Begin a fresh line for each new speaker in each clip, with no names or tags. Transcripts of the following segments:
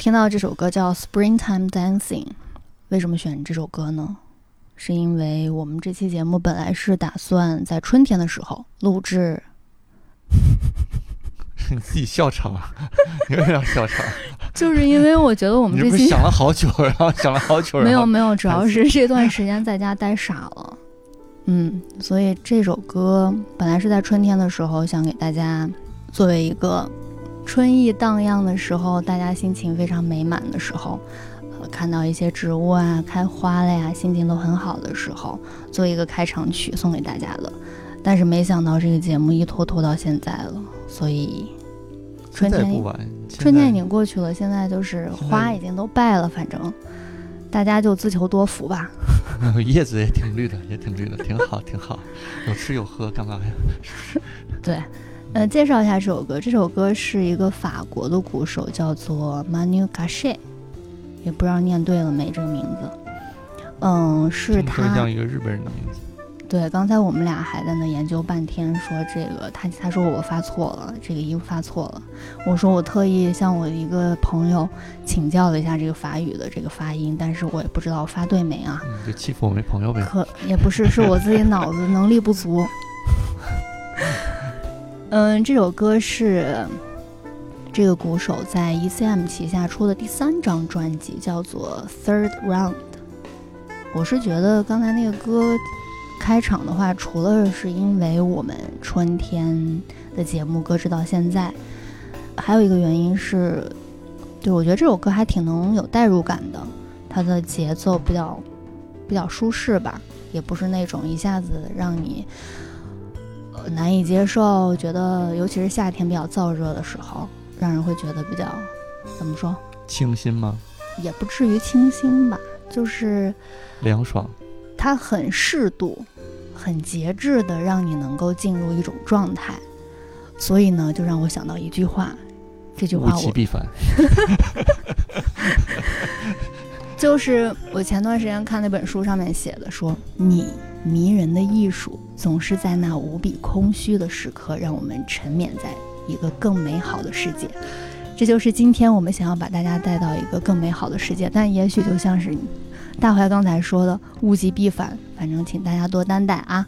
听到这首歌叫 Springtime Dancing， 为什么选这首歌呢？是因为我们这期节目本来是打算在春天的时候录制。
你自己笑场啊，你为啥要笑场？
就是因为我觉得我们这期
你不是想了好久，然后想了好久，
没有，主要是这段时间在家待傻了。所以这首歌本来是在春天的时候想给大家作为一个春意荡漾的时候，大家心情非常美满的时候，看到一些植物啊开花了呀，心情都很好的时候，做一个开场曲送给大家的。但是没想到这个节目一拖到现在了，所以春天
不晚，
春天已经过去了，现在就是花已经都败了，反正大家就自求多福吧。
叶子也挺绿的，挺好，有吃有喝，干嘛呀？
对，介绍一下这首歌。这首歌是一个法国的鼓手，叫做 Manu Gachet， 也不知道念对了没这个名字。是他
像一个日本人的名字。
对，刚才我们俩还在那研究半天，说这个他说我发错了，这个音发错了。我说我特意向我一个朋友请教了一下这个法语的这个发音，但是我也不知道我发对没啊。
就欺负我没朋友呗？
也不是，是我自己脑子能力不足。这首歌是这个鼓手在 ECM 旗下出的第3张专辑，叫做 Third Round。 我是觉得刚才那个歌开场的话，除了是因为我们春天的节目搁置到现在，还有一个原因是，对，我觉得这首歌还挺能有代入感的，它的节奏比较舒适吧，也不是那种一下子让你难以接受，觉得尤其是夏天比较燥热的时候，让人会觉得比较怎么说，
清新吗？也
不至于清新吧，就是
凉爽。
它很适度很节制的让你能够进入一种状态，所以呢就让我想到一句话，这句话
物极必反。
就是我前段时间看那本书上面写的，说你迷人的艺术总是在那无比空虚的时刻让我们沉湎在一个更美好的世界。这就是今天我们想要把大家带到一个更美好的世界，但也许就像是大怀刚才说的物极必反，反正请大家多担待啊。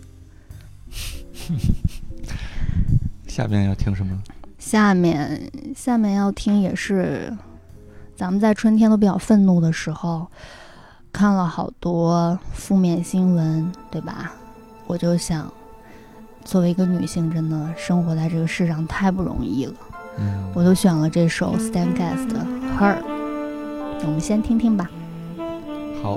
下面要听什么？
下面要听也是咱们在春天都比较愤怒的时候看了好多负面新闻，对吧？我就想作为一个女性，真的生活在这个世上太不容易了，我就选了这首 Stan Getz 的 Her， 我们先听听吧。
好。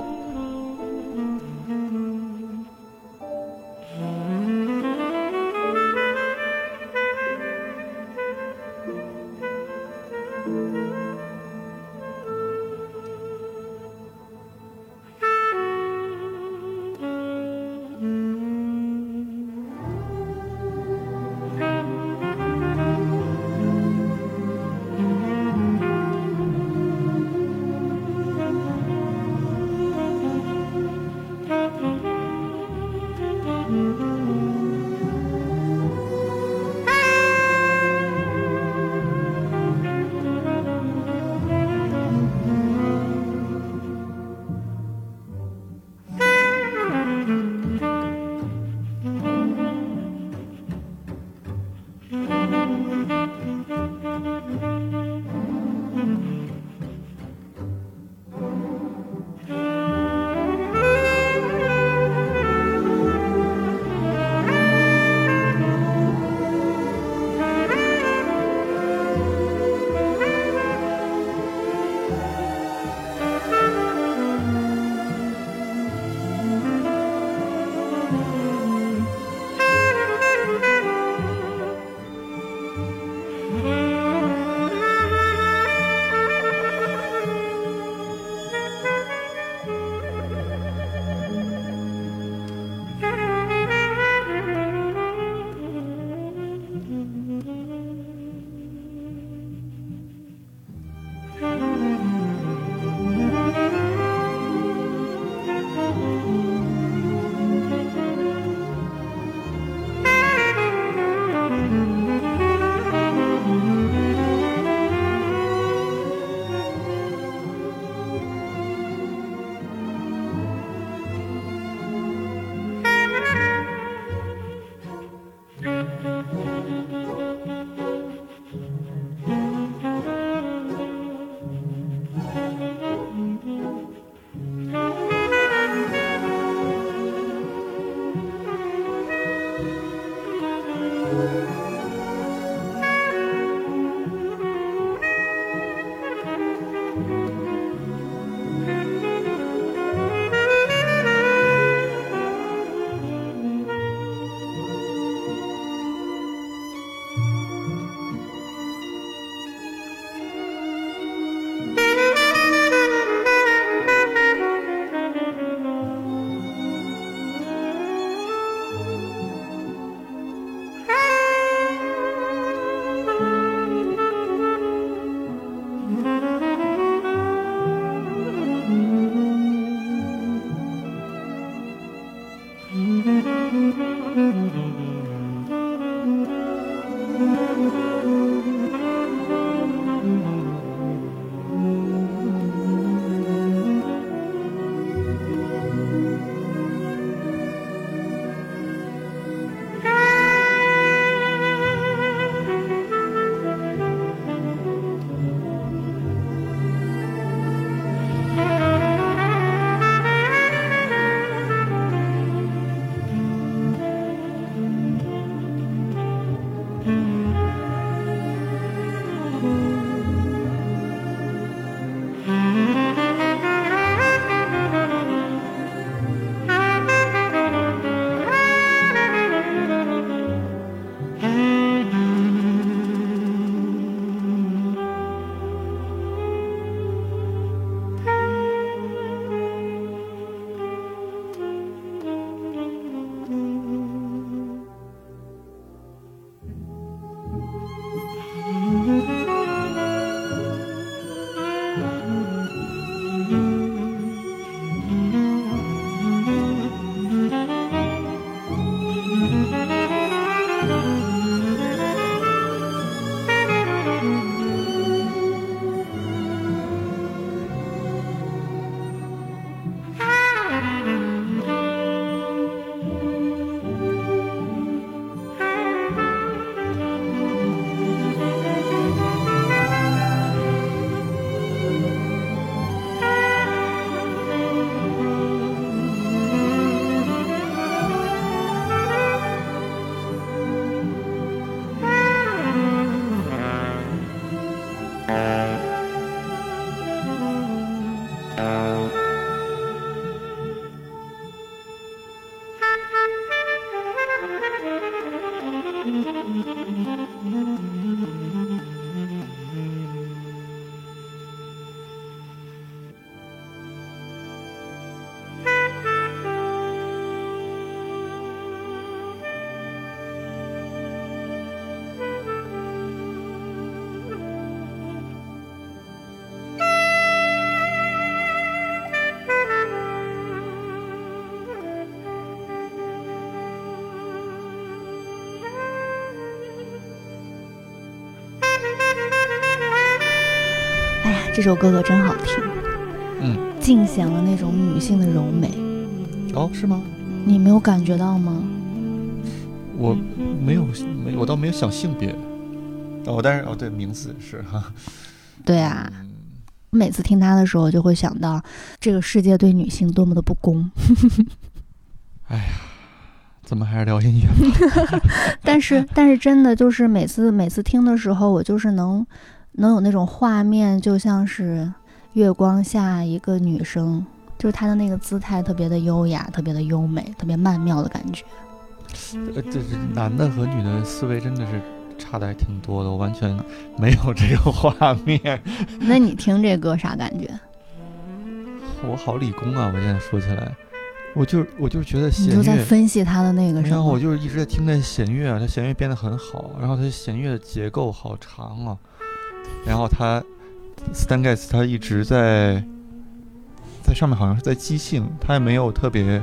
这首歌可真好听，尽显了那种女性的柔美。
哦，是吗？
你没有感觉到吗？
我我倒没有想性别。但是对，名字是哈。
对啊，每次听他的时候，就会想到这个世界对女性多么的不公。
哎呀，怎么还是聊音乐吧？
但是真的就是每次听的时候，我就是能有那种画面，就像是月光下一个女生，就是她的那个姿态特别的优雅，特别的优美，特别曼妙的感觉。
这是男的和女的思维真的是差的还挺多的，我完全没有这个画面。
那你听这歌啥感觉？
我好理工啊！我现在说起来，我就觉得弦乐，
你就在分析他的那个什么？
我就是一直在听那弦乐啊，它弦乐编得很好，然后它弦乐的结构好长啊，然后Stan Getz 他一直在上面好像是在即兴，他也没有特别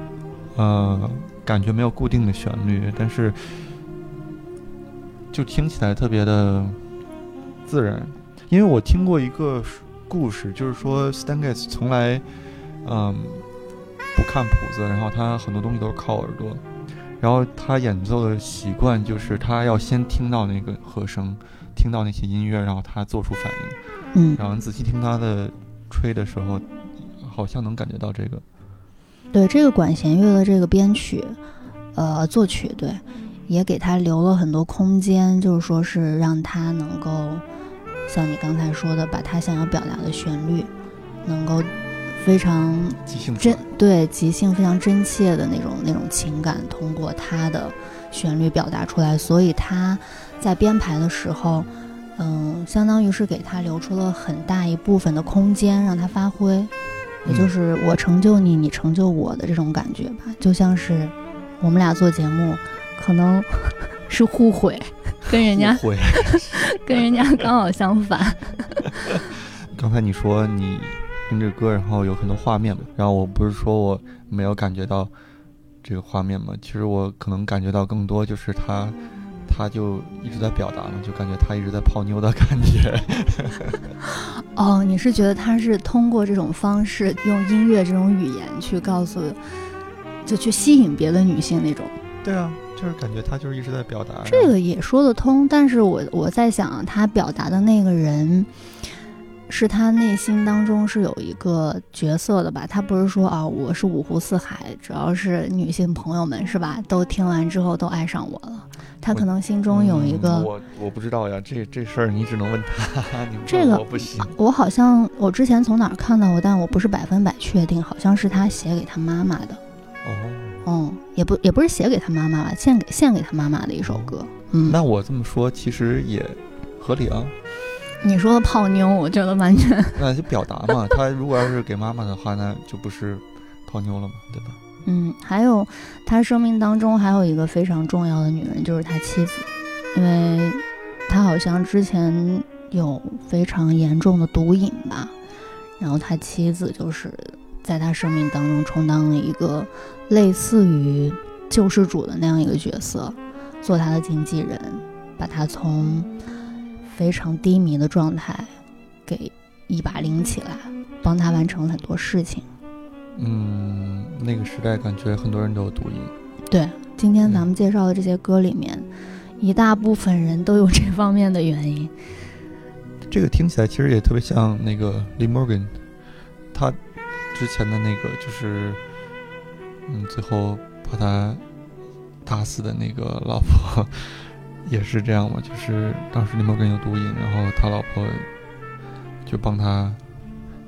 感觉没有固定的旋律，但是就听起来特别的自然。因为我听过一个故事，就是说 Stan Getz 从来不看谱子，然后他很多东西都是靠耳朵，然后他演奏的习惯就是他要先听到那个和声，听到那些音乐，然后他做出反应。然后你仔细听他的吹的时候，好像能感觉到这个。
对，这个管弦乐的这个编曲作曲，对，也给他留了很多空间，就是说是让他能够像你刚才说的，把他想要表达的旋律能够非常
即兴
非常真切的那种情感通过他的旋律表达出来，所以他在编排的时候相当于是给他留出了很大一部分的空间让他发挥，也就是我成就你，你成就我的这种感觉吧，就像是我们俩做节目可能是互毁，跟人家刚好相反。
刚才你说你听这歌然后有很多画面嘛，然后我不是说我没有感觉到这个画面嘛，其实我可能感觉到更多就是他就一直在表达嘛，就感觉他一直在泡妞的感觉。
哦，你是觉得他是通过这种方式用音乐这种语言去告诉，就去吸引别的女性那种？
对啊，就是感觉他就是一直在表达。
这个也说得通，但是我在想他表达的那个人是他内心当中是有一个角色的吧，他不是说我是五湖四海只要是女性朋友们是吧都听完之后都爱上我了，他可能心中有一个
我不知道呀，这事儿你只能问他。你
这个
我不行，
我好像我之前从哪儿看到过，但我不是100%确定，好像是他写给他妈妈的。也不是写给他妈妈吧，献给他妈妈的一首歌。
那我这么说其实也合理啊。
你说的泡妞我觉得完全
那就表达嘛，他如果要是给妈妈的话那就不是泡妞了嘛，对吧？
还有他生命当中还有一个非常重要的女人，就是他妻子，因为他好像之前有非常严重的毒瘾吧，然后他妻子就是在他生命当中充当了一个类似于救世主的那样一个角色，做他的经纪人，把他从非常低迷的状态给一把拎起来，帮他完成很多事情。
那个时代感觉很多人都有毒瘾。对，
今天咱们介绍的这些歌里面，一大部分人都有这方面的原因。
这个听起来其实也特别像那个 Lee Morgan， 他之前的那个就是最后把他打死的那个老婆也是这样嘛，就是当时Lee Morgan有毒瘾，然后他老婆就帮他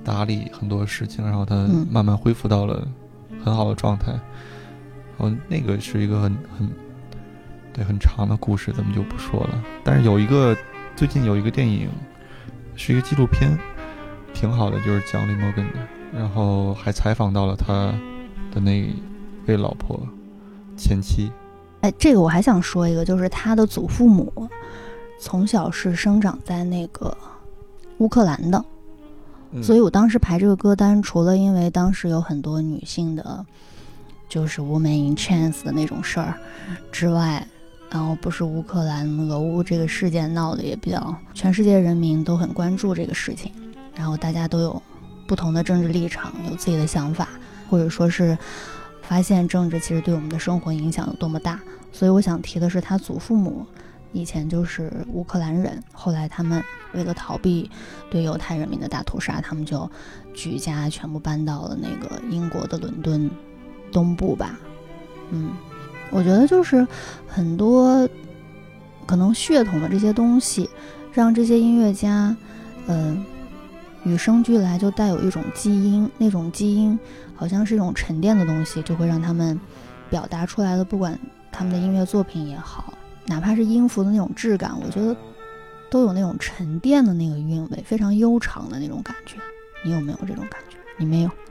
打理很多事情，然后他
嗯
慢慢恢复到了很好的状态。那个是一个很长的故事，咱们就不说了。但是最近有一个电影，是一个纪录片，挺好的，就是讲李摩根的，然后还采访到了他的那位老婆前妻。
哎，这个我还想说一个，就是他的祖父母从小是生长在那个乌克兰的，所以我当时排这个歌单，除了因为当时有很多女性的，就是 woman in chains 的那种事儿之外，然后不是乌克兰俄乌这个事件闹得也比较，全世界人民都很关注这个事情，然后大家都有不同的政治立场，有自己的想法，或者说是发现政治其实对我们的生活影响有多么大。所以我想提的是，他祖父母以前就是乌克兰人，后来他们为了逃避对犹太人民的大屠杀，他们就举家全部搬到了那个英国的伦敦东部吧。我觉得就是很多可能血统的这些东西，让这些音乐家与生俱来就带有一种基因，那种基因好像是一种沉淀的东西，就会让他们表达出来的，不管他们的音乐作品也好，哪怕是音符的那种质感，我觉得都有那种沉淀的那个韵味，非常悠长的那种感觉。你有没有这种感觉？你没有？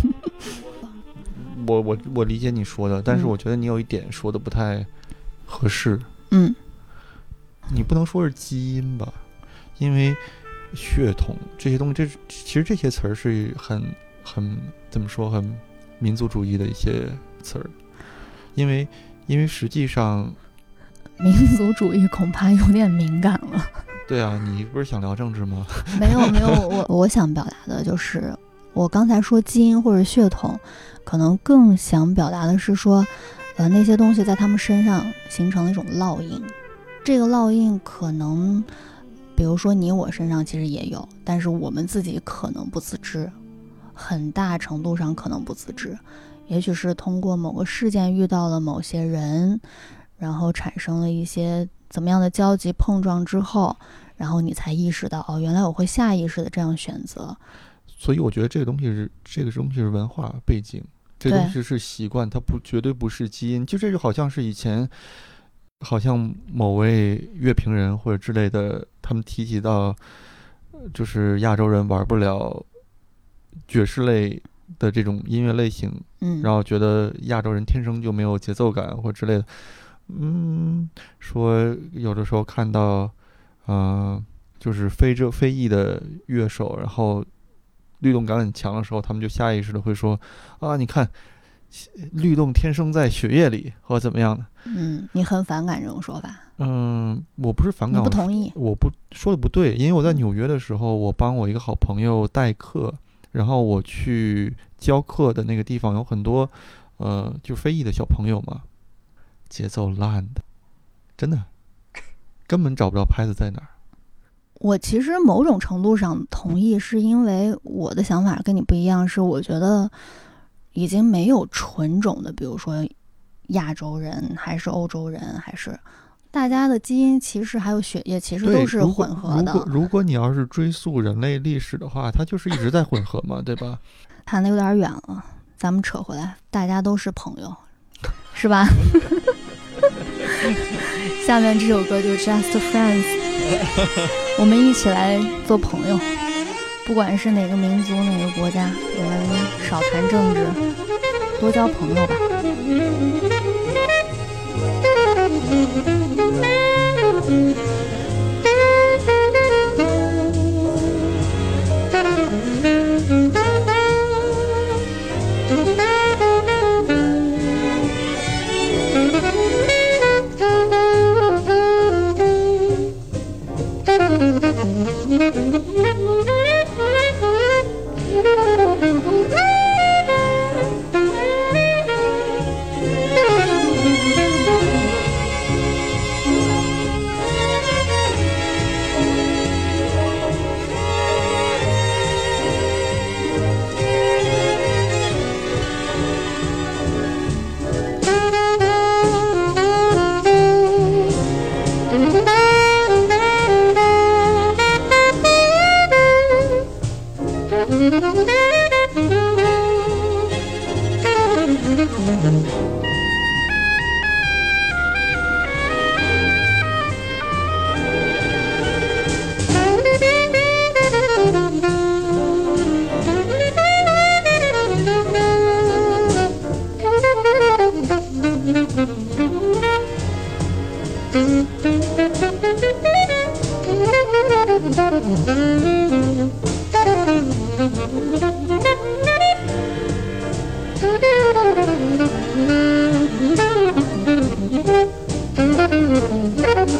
我理解你说的，但是我觉得你有一点说的不太合适。你不能说是基因吧，因为血统这些东西，其实这些词儿是很怎么说，很民族主义的一些词儿，因为实际上
民族主义恐怕有点敏感了。
对啊，你不是想聊政治吗？
没有，我想表达的就是，我刚才说基因或者血统，可能更想表达的是说，那些东西在他们身上形成了一种烙印。这个烙印可能，比如说你我身上其实也有，但是我们自己可能不自知，很大程度上可能不自知。也许是通过某个事件遇到了某些人，然后产生了一些怎么样的交集碰撞之后，然后你才意识到，原来我会下意识的这样选择。
所以我觉得这个东西是文化背景，这个东西是习惯，它绝对不是基因。就这就好像是以前，好像某位乐评人或者之类的，他们提及到，就是亚洲人玩不了爵士类的这种音乐类型，然后觉得亚洲人天生就没有节奏感或之类的。说有的时候看到，就是非裔的乐手，然后律动感很强的时候，他们就下意识的会说，你看，律动天生在血液里，或怎么样的。
你很反感这种说法。
我不是反感，
你不同意？
我不说的不对，因为我在纽约的时候，我帮我一个好朋友代课，然后我去教课的那个地方有很多，就非裔的小朋友嘛。节奏烂的，真的根本找不到拍子在哪儿。
我其实某种程度上同意，是因为我的想法跟你不一样，是我觉得已经没有纯种的，比如说亚洲人还是欧洲人，还是大家的基因其实还有血液其实都是混合的。
如果你要是追溯人类历史的话，它就是一直在混合嘛，对吧？
谈的有点远了，咱们扯回来，大家都是朋友，是吧？下面这首歌就 Just Friends， 我们一起来做朋友，不管是哪个民族哪个国家，我们少谈政治，多交朋友吧。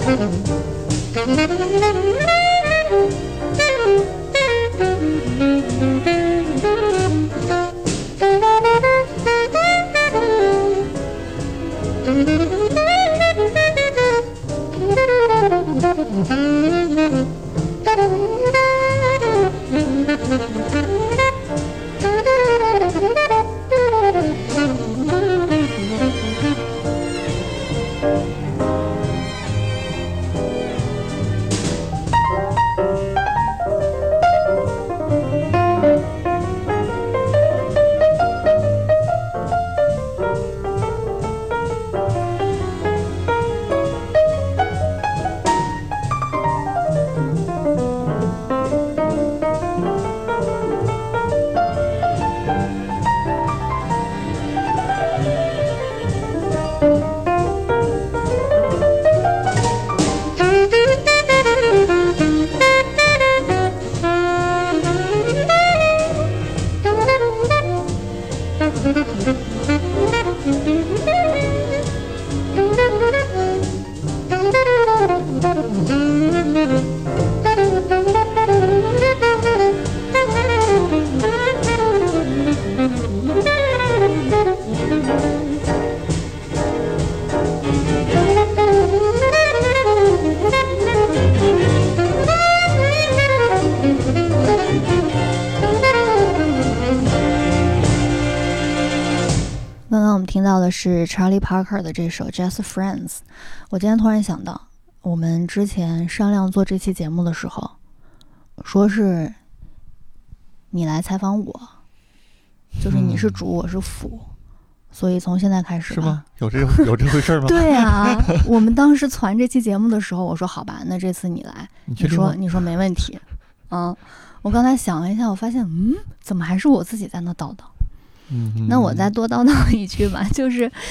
刚刚我们听到的是 Charlie Parker 的这首 Just Friends。 我今天突然想到，我们之前商量做这期节目的时候，说是你来采访我，就是你是主我是辅，所以从现在开始
是吗？有这回事吗？
对啊，我们当时传这期节目的时候，我说好吧，那这次你来，你说没问题。我刚才想了一下，我发现怎么还是我自己在那叨叨。那我再多叨叨一句吧，就是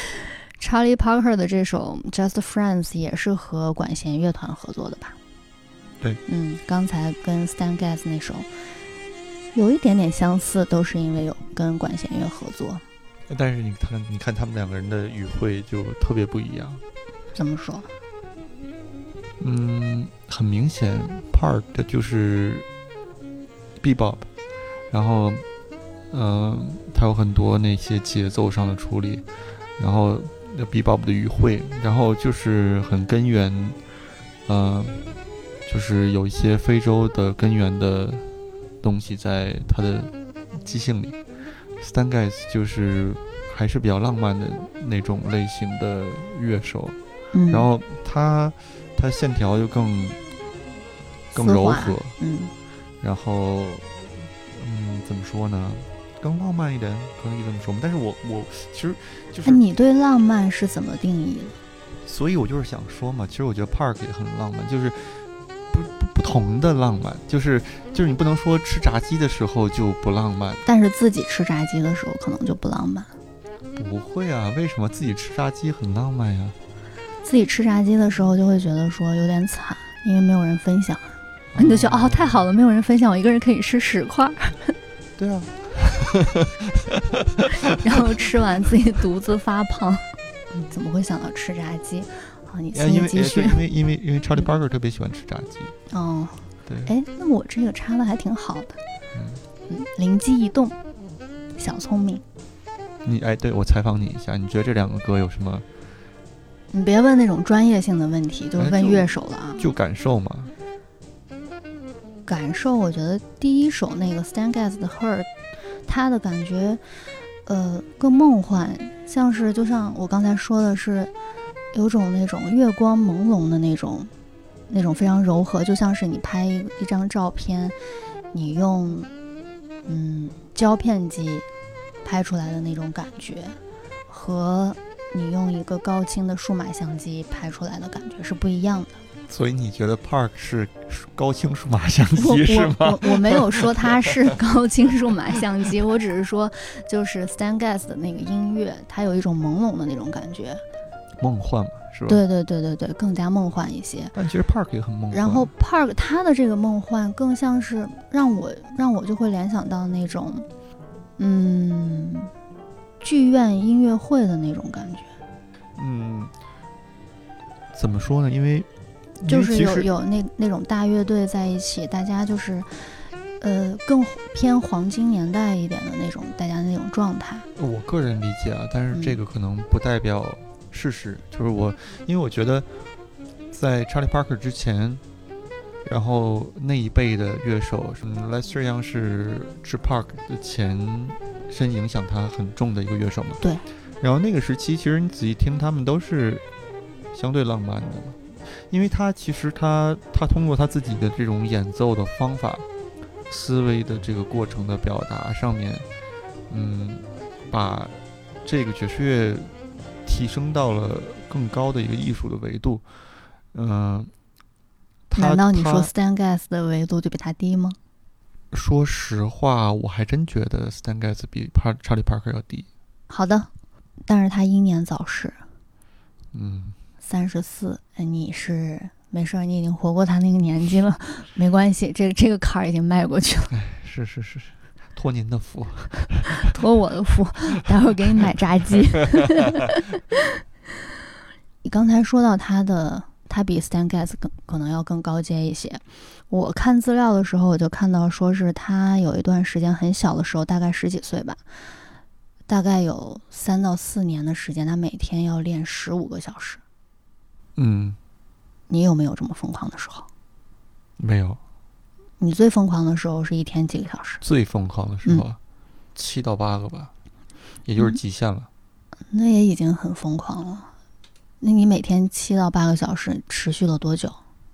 Charlie Parker 的这首 Just Friends 也是和管弦乐团合作的吧？
对，
刚才跟 Stan Getz 那首有一点点相似，都是因为有跟管弦乐合作。
但是你看他们两个人的语汇就特别不一样。
怎么说？
很明显 Park 的就是 Bebop， 然后它有很多那些节奏上的处理，然后 Bebop 的语汇，然后就是很根源，就是有一些非洲的根源的东西在他的即兴里。Stan Getz 就是还是比较浪漫的那种类型的乐手，然后他线条就更柔和，然后怎么说呢？更浪漫一点，可以这么说吗？但是我其实就是，
你对浪漫是怎么定义的？
所以我就是想说嘛，其实我觉得 Park 也很浪漫，就是不同的浪漫，就是你不能说吃炸鸡的时候就不浪漫，
但是自己吃炸鸡的时候可能就不浪漫。
不会啊，为什么自己吃炸鸡很浪漫呀？
自己吃炸鸡的时候就会觉得说有点惨，因为没有人分享，你就觉得太好了，没有人分享，我一个人可以吃10块。
对啊。
然后吃完自己独自发胖，怎么会想到吃炸鸡？好，你继续。
因为 Charlie Parker 特别喜欢吃炸鸡。对。
那我这个插的还挺好的。灵机一动，小聪明。
对，我采访你一下，你觉得这两个歌有什么？
你别问那种专业性的问题，就问乐手了啊。
就感受嘛。
感受，我觉得第一首那个 Stan Getz 的 Hurt， 他的感觉更梦幻，就像我刚才说的是有种那种月光朦胧的那种非常柔和，就像是你拍一张照片，你用胶片机拍出来的那种感觉，和你用一个高清的数码相机拍出来的感觉是不一样的。
所以你觉得 Park 是高清数码相机是吗？
我没有说它是高清数码相机，我只是说就是 Stan Getz 的那个音乐，它有一种朦胧的那种感觉，
梦幻嘛，是吧？
对，更加梦幻一些。
但其实 Park 也很梦幻。
然后 Park 他的这个梦幻更像是让我就会联想到那种剧院音乐会的那种感觉。
怎么说呢？因为
就是有那种大乐队在一起，大家就是更偏黄金年代一点的那种大家的那种状态。
我个人理解啊，但是这个可能不代表事实，就是因为我觉得在 Charlie Parker 之前，然后那一辈的乐手，什么 Lester Young 是 Park 的前身影响他很重的一个乐手嘛。
对。
然后那个时期，其实你仔细听，他们都是相对浪漫的嘛，因为他其实他通过他自己的这种演奏的方法、思维的这个过程的表达上面，把这个爵士乐提升到了更高的一个艺术的维度。
难道你说 Stan Getz 的维度就比他低吗？
说实话，我还真觉得 Stan Getz 比Charlie Parker 要低。
好的，但是他英年早逝，34，你是没事，你已经活过他那个年纪了，没关系，这个坎儿已经迈过去了。
是，托您的福，
托我的福，待会儿给你买炸鸡。你刚才说到他比 Stan Getz 可能要更高阶一些。我看资料的时候，我就看到说是他有一段时间很小的时候，大概10几岁吧，大概有3到4年的时间，他每天要练15个小时。你有没有这么疯狂的时候？
没有。
你最疯狂的时候是一天几个小时？
最疯狂的时候7到8个吧，也就是极限了。
那也已经很疯狂了。那你每天7到8个小时持续了多久？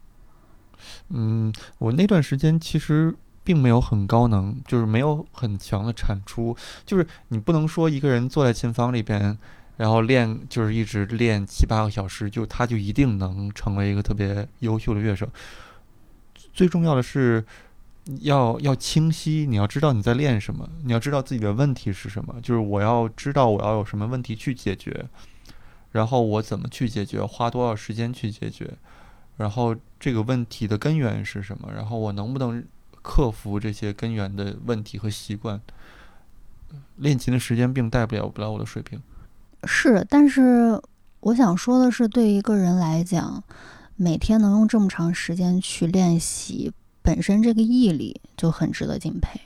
我那段时间其实并没有很高能，就是没有很强的产出，就是你不能说一个人坐在琴房里边，然后就是一直练7、8个小时，他就一定能成为一个特别优秀的乐手。最重要的是要清晰，你要知道你在练什么，你要知道自己的问题是什么，就是我要知道我要有什么问题去解决，然后我怎么去解决，花多少时间去解决，然后这个问题的根源是什么，然后我能不能克服这些根源的问题和习惯。练琴的时间并带不了我的水平。
是，但是我想说的是，对一个人来讲，每天能用这么长时间去练习，本身这个毅力就很值得敬佩。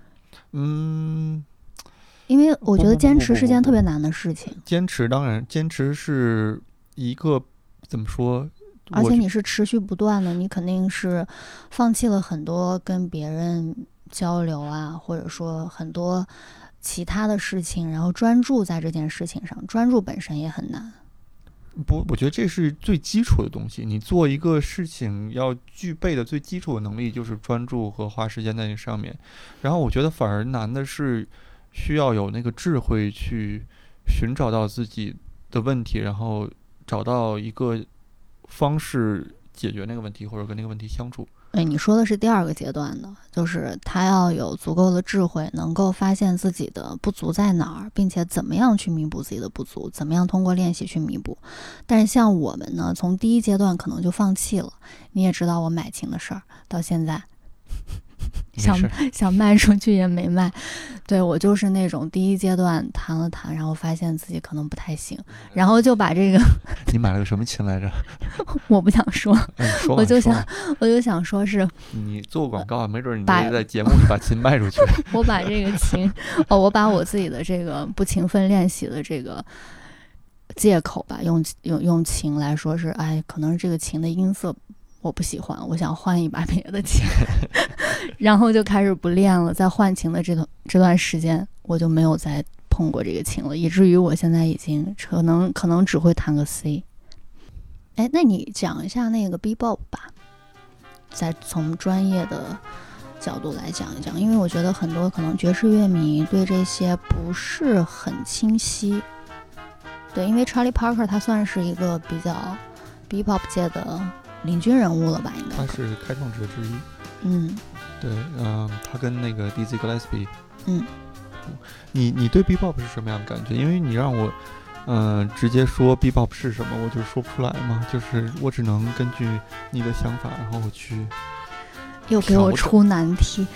因为我觉得坚持是件特别难的事情。
坚持当然，坚持是一个怎么说？
而且你是持续不断的，你肯定是放弃了很多跟别人交流啊，或者说很多其他的事情，然后专注在这件事情上。专注本身也很难。
不，我觉得这是最基础的东西。你做一个事情要具备的最基础的能力就是专注和花时间在那上面。然后我觉得反而难的是需要有那个智慧去寻找到自己的问题，然后找到一个方式解决那个问题，或者跟那个问题相处。
你说的是第2个阶段的，就是他要有足够的智慧，能够发现自己的不足在哪儿，并且怎么样去弥补自己的不足，怎么样通过练习去弥补。但是像我们呢，从第1阶段可能就放弃了。你也知道我买琴的事儿，到现在想卖出去也没卖。对，我就是那种第1阶段弹了弹，然后发现自己可能不太行，然后就把这个
你买了个什么琴来着？
我不想说。我就想说是
你做广告，没准你在节目里把琴卖出去。
我把这个琴我把我自己的这个不勤奋练习的这个借口吧，用琴来说是，可能是这个琴的音色我不喜欢，我想换一把别的琴。然后就开始不练了。在换琴的这段时间，我就没有再碰过这个琴了，以至于我现在已经可能只会弹个 C。 那你讲一下那个 Bebop 吧，再从专业的角度来讲一讲，因为我觉得很多可能爵士乐迷对这些不是很清晰。对，因为 Charlie Parker 他算是一个比较 Bebop 界的领军人物了吧？应该
他是开创者之一。对，他跟那个 Dizzy Gillespie。你对 Bebop 是什么样的感觉？因为你让我直接说 Bebop 是什么，我就说不出来嘛。就是我只能根据你的想法，然后我去。
又给我出难题。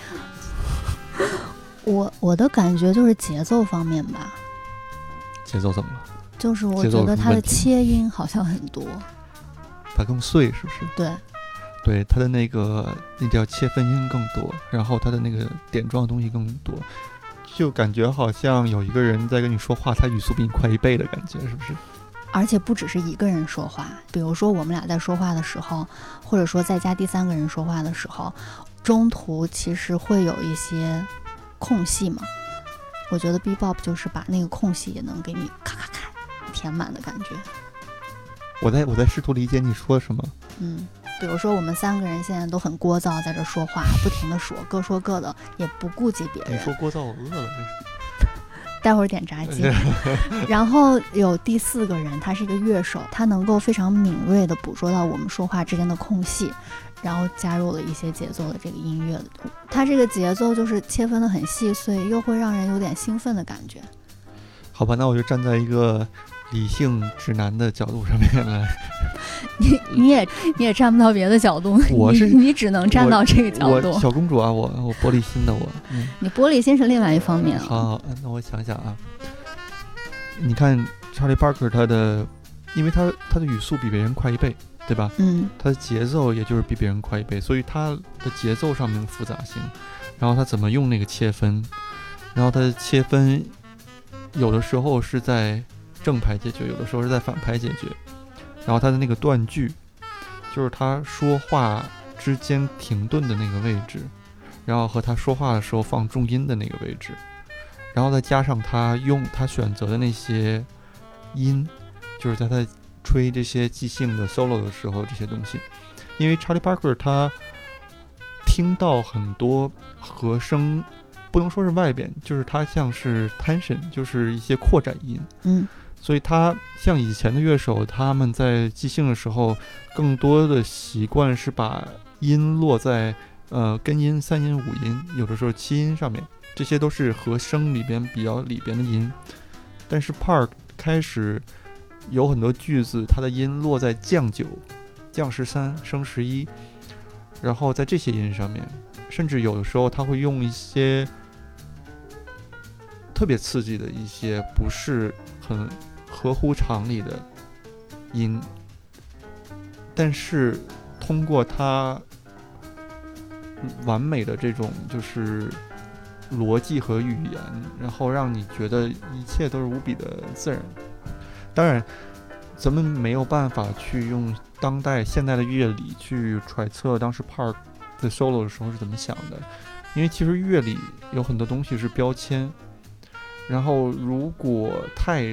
我的感觉就是节奏方面吧。
节奏怎么了？
就是我觉得他的切音好像很多。
它更碎，是不是？
对，
对，它的那叫切分音更多，然后它的那个点状的东西更多，就感觉好像有一个人在跟你说话，他语速比你快1倍的感觉，是不是？
而且不只是一个人说话，比如说我们俩在说话的时候，或者说再加第3个人说话的时候，中途其实会有一些空隙嘛。我觉得 Bebop 就是把那个空隙也能给你咔咔咔填满的感觉。
我在试图理解你说什么。
比如说我们3个人现在都很聒噪，在这说话，不停的说，各说各的，也不顾及别人。
你说聒噪，我饿了，为什么？
待会儿点炸鸡。然后有第4个人，他是一个乐手，他能够非常敏锐地捕捉到我们说话之间的空隙，然后加入了一些节奏的这个音乐。他这个节奏就是切分得很细碎，又会让人有点兴奋的感觉。
好吧，那我就站在一个理性直男的角度上面来。
你也站不到别的角度，你只能站到这个角度。
我小公主啊，我玻璃心的我。
你玻璃心是另外一方面。
好，那我想想啊，你看查理·巴克他的，因为他的语速比别人快1倍，对吧？他的节奏也就是比别人快1倍，所以他的节奏上面的复杂性，然后他怎么用那个切分，然后他的切分有的时候是在正拍解决，有的时候是在反拍解决，然后他的那个断句，就是他说话之间停顿的那个位置，然后和他说话的时候放重音的那个位置，然后再加上他选择的那些音，就是在他吹这些即兴的 solo 的时候，这些东西，因为 Charlie Parker 他听到很多和声，不能说是外边，就是它像是 tension， 就是一些扩展音。所以他像以前的乐手，他们在即兴的时候，更多的习惯是把音落在根音、3音、5音，有的时候7音上面，这些都是和声里边比较里边的音。但是 Park 开始有很多句子，它的音落在降9、降13、升11，然后在这些音上面，甚至有的时候他会用一些特别刺激的一些不是很合乎常理的音，但是通过他完美的这种就是逻辑和语言，然后让你觉得一切都是无比的自然。当然咱们没有办法去用现代的乐理去揣测当时 Park 在 solo 的时候是怎么想的，因为其实乐理有很多东西是标签，然后如果太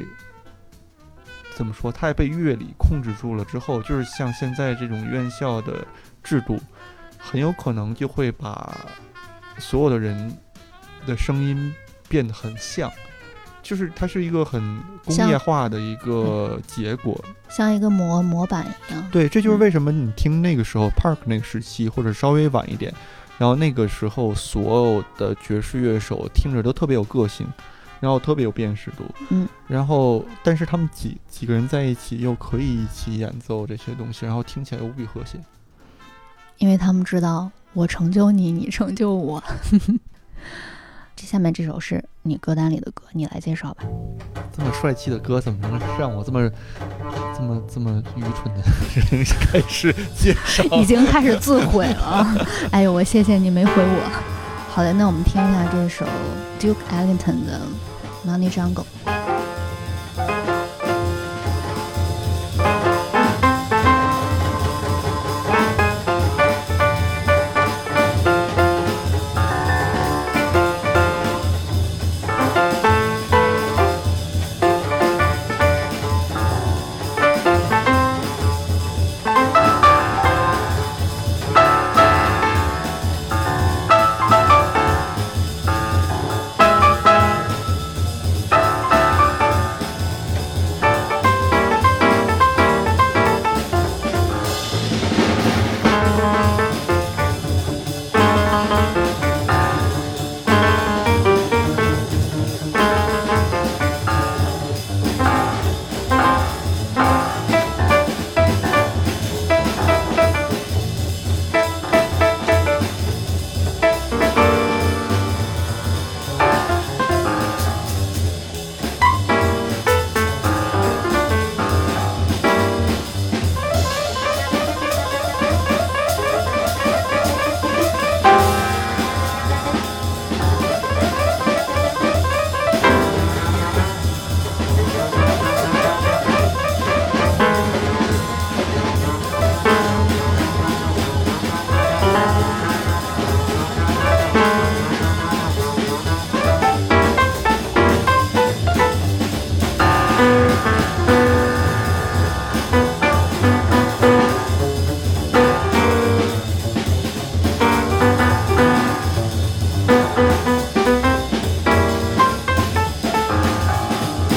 被乐理控制住了之后，就是像现在这种院校的制度，很有可能就会把所有的人的声音变得很像，就是它是一个很工业化的一个结果，
像一个模板一样。
对，这就是为什么你听那个时候 Park 那个时期，或者稍微晚一点，然后那个时候所有的爵士乐手听着都特别有个性，然后特别有辨识度，然后但是他们几个人在一起又可以一起演奏这些东西，然后听起来无比和谐，
因为他们知道我成就你，你成就我。这下面这首是你歌单里的歌，你来介绍吧。
这么帅气的歌怎么能让我这么愚蠢的人开始介绍？
已经开始自毁了。哎呦，我谢谢你没回我。好的，那我们听一下这首 Duke Ellington 的 Money Jungle。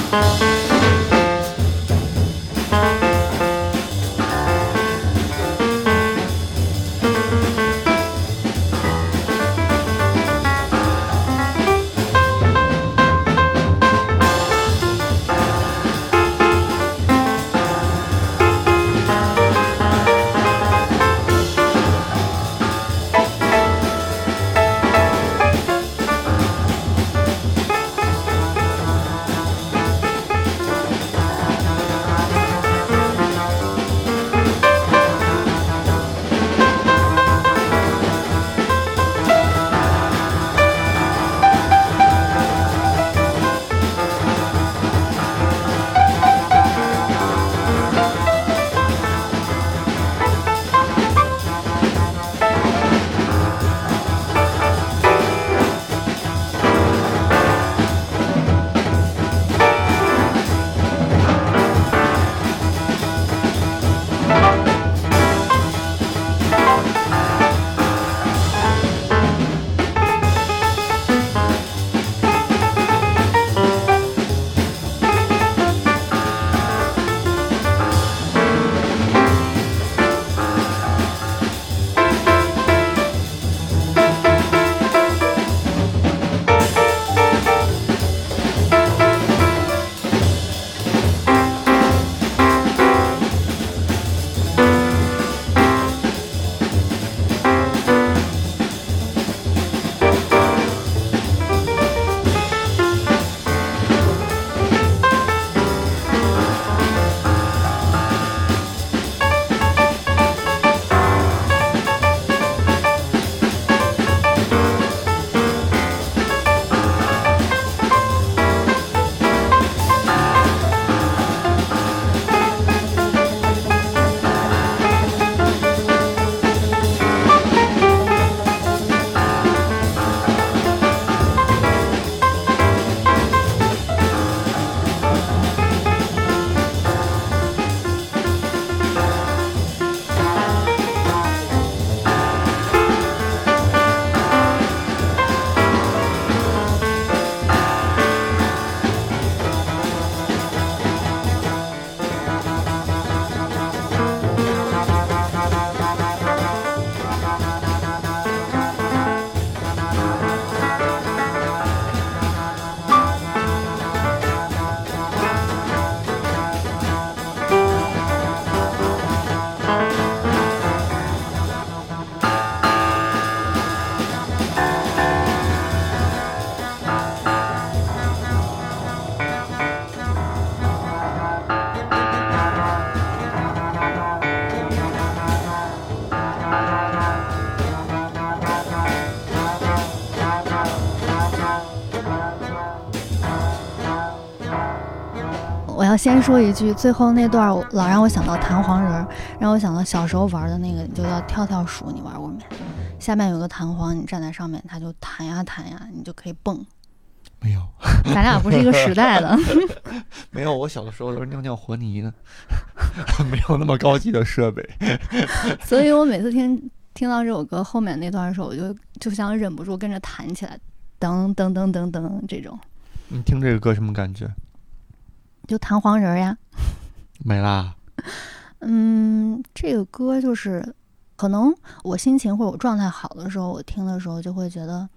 我要先说一句，最后那段老让我想到弹簧人，让我想到小时候玩的那个，就叫跳跳鼠，你玩过没？下面有个弹簧，你站在上面，它就弹呀弹呀，你就可以蹦。
没有，
咱俩不是一个时代的。
没有，我小的时候都是尿尿和泥呢，没有那么高级的设备。
所以我每次听到这首歌后面那段的时候，我就想忍不住跟着弹起来，噔噔噔噔噔这种。
你听这个歌什么感觉？
就弹簧人呀。
没啦。
这个歌就是可能我心情或者我状态好的时候，我听的时候就会觉得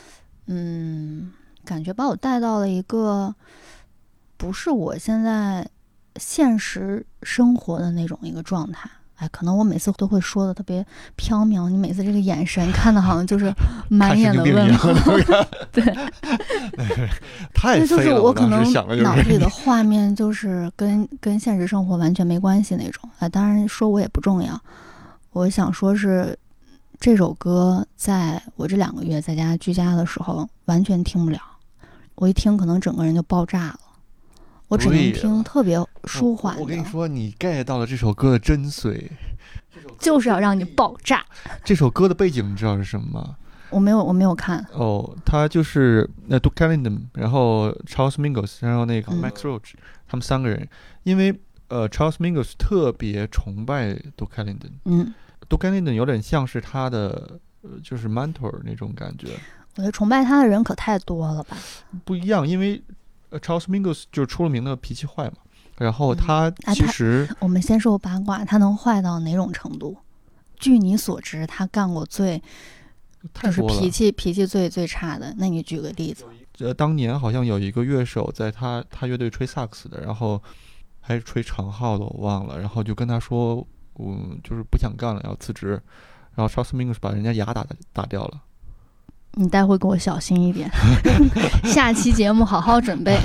感觉把我带到了一个不是我现在现实生活的那种一个状态。哎，可能我每次都会说的特别飘渺，你每次这个眼神看的好像就是满眼的问号。对，
太
就是我可能脑子里的
话
画面就是跟现实生活完全没关系那种。当然说我也不重要，我想说是这首歌在我这2个月在家居家的时候完全听不了，我一听可能整个人就爆炸了。我只能听特别舒缓的。
我跟你说，你 get 到了这首歌的真髓，
就是要让你爆炸。
这首歌的背景你知道是什么吗？
我没有看。
他就是Duke Ellington， 然后 Charles Mingus， 然后那个 Max Roach，他们3个人，因为Charles Mingus 特别崇拜 Duke Ellington，Duke Ellington 有点像是他的就是 mentor 那种感觉。
我觉得崇拜他的人可太多了吧？
不一样，因为 Charles Mingus 就是出了名的脾气坏嘛，然后他其实、
我们先说八卦，他能坏到哪种程度？据你所知，他干过就是脾气最差的，那你举个例子。
当年好像有一个乐手在他乐队吹萨克斯的，然后还是吹长号的，我忘了，然后就跟他说，就是不想干了，要辞职。然后 Charles Mingus 把人家牙打掉了。
你待会给我小心一点，下期节目好好准备。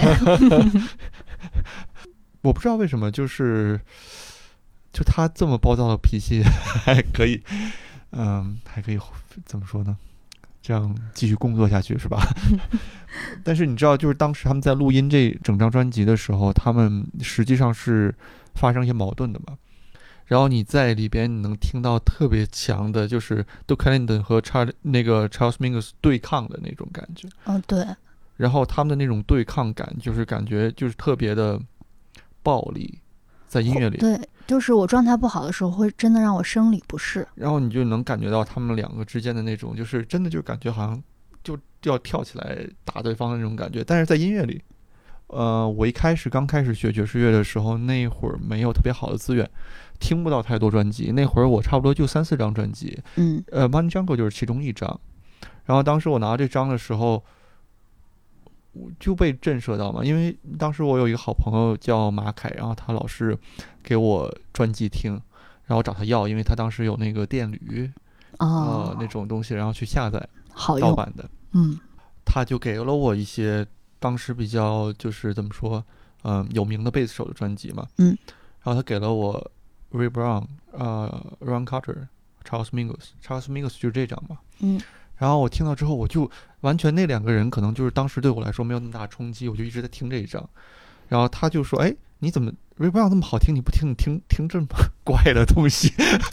我不知道为什么，就他这么暴躁的脾气，还可以怎么说呢？这样继续工作下去是吧？但是你知道，就是当时他们在录音这整张专辑的时候，他们实际上是发生一些矛盾的嘛。然后你在里边你能听到特别强的，就是 Duke Ellington 和Charles Mingus 对抗的那种感觉。
对。
然后他们的那种对抗感，就是感觉就是特别的暴力，在音乐里。
对，就是我状态不好的时候，会真的让我生理不适。
然后你就能感觉到他们两个之间的那种，就是真的就感觉好像就要跳起来打对方的那种感觉。但是在音乐里，我刚开始学爵士乐的时候，那会儿没有特别好的资源，听不到太多专辑。那会儿我差不多就3-4张专辑，Money Jungle 就是其中一张。然后当时我拿到这张的时候，我就被震慑到嘛，因为当时我有一个好朋友叫马凯，然后他老是给我专辑听，然后找他要，因为他当时有那个电驴那种东西，然后去下载盗版的。他就给了我一些当时比较就是怎么说有名的贝斯手的专辑嘛。然后他给了我 Ray Brown、Ron Carter、Charles Mingus 就是这张嘛。然后我听到之后，我就完全那两个人可能就是当时对我来说没有那么大冲击，我就一直在听这一张。然后他就说：“哎，你怎么 Ray Brown 那么好听，你不听这么怪的东西？”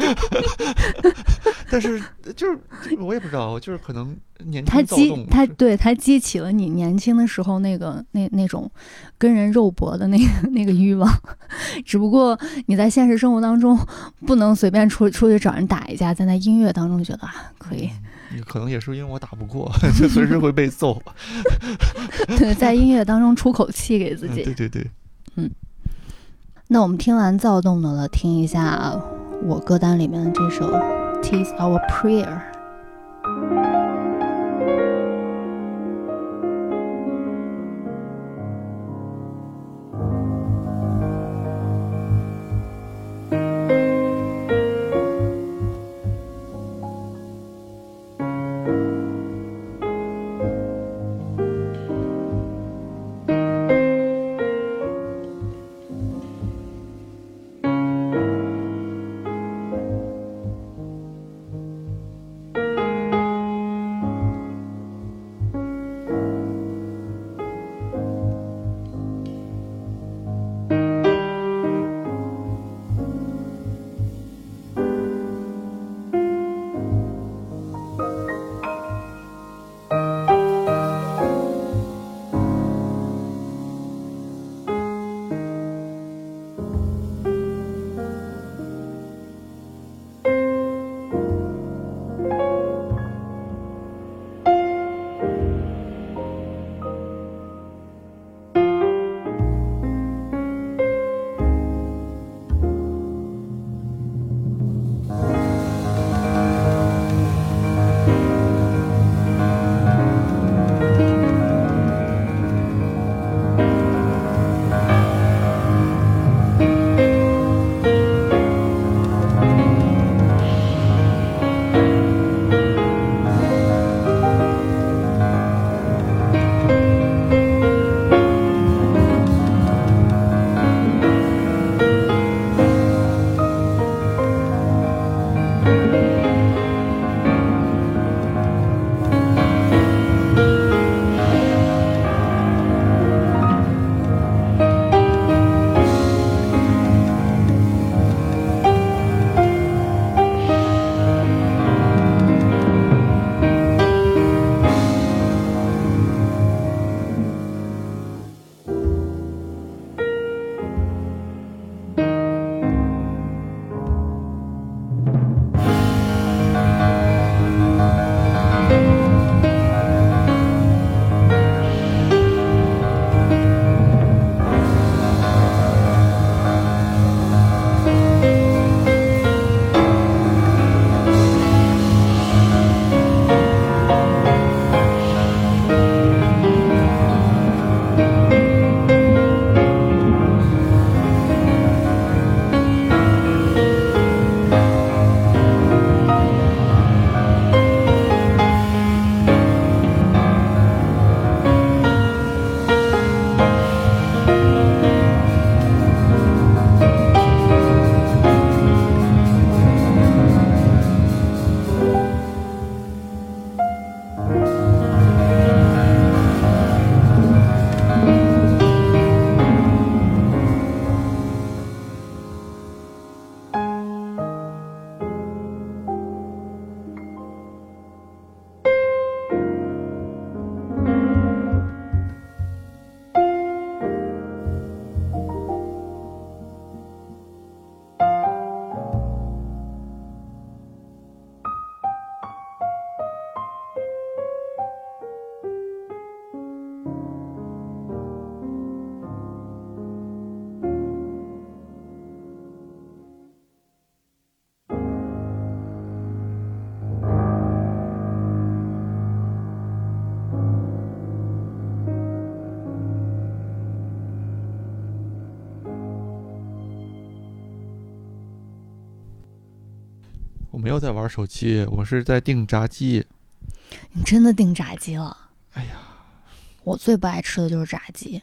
但是就是我也不知道，就是可能年轻躁动，
他激起了你年轻的时候那种跟人肉搏的那个欲望，只不过你在现实生活当中不能随便出去找人打一架，但在音乐当中觉得可以。
可能也是因为我打不过，就随时会被揍。
对，在音乐当中出口气给自己。
对。
那我们听完躁动的了，听一下我歌单里面的这首《'Tis Our Prayer》。
我没有在玩手机，我是在订炸鸡。
你真的订炸鸡了？
哎呀，
我最不爱吃的就是炸鸡。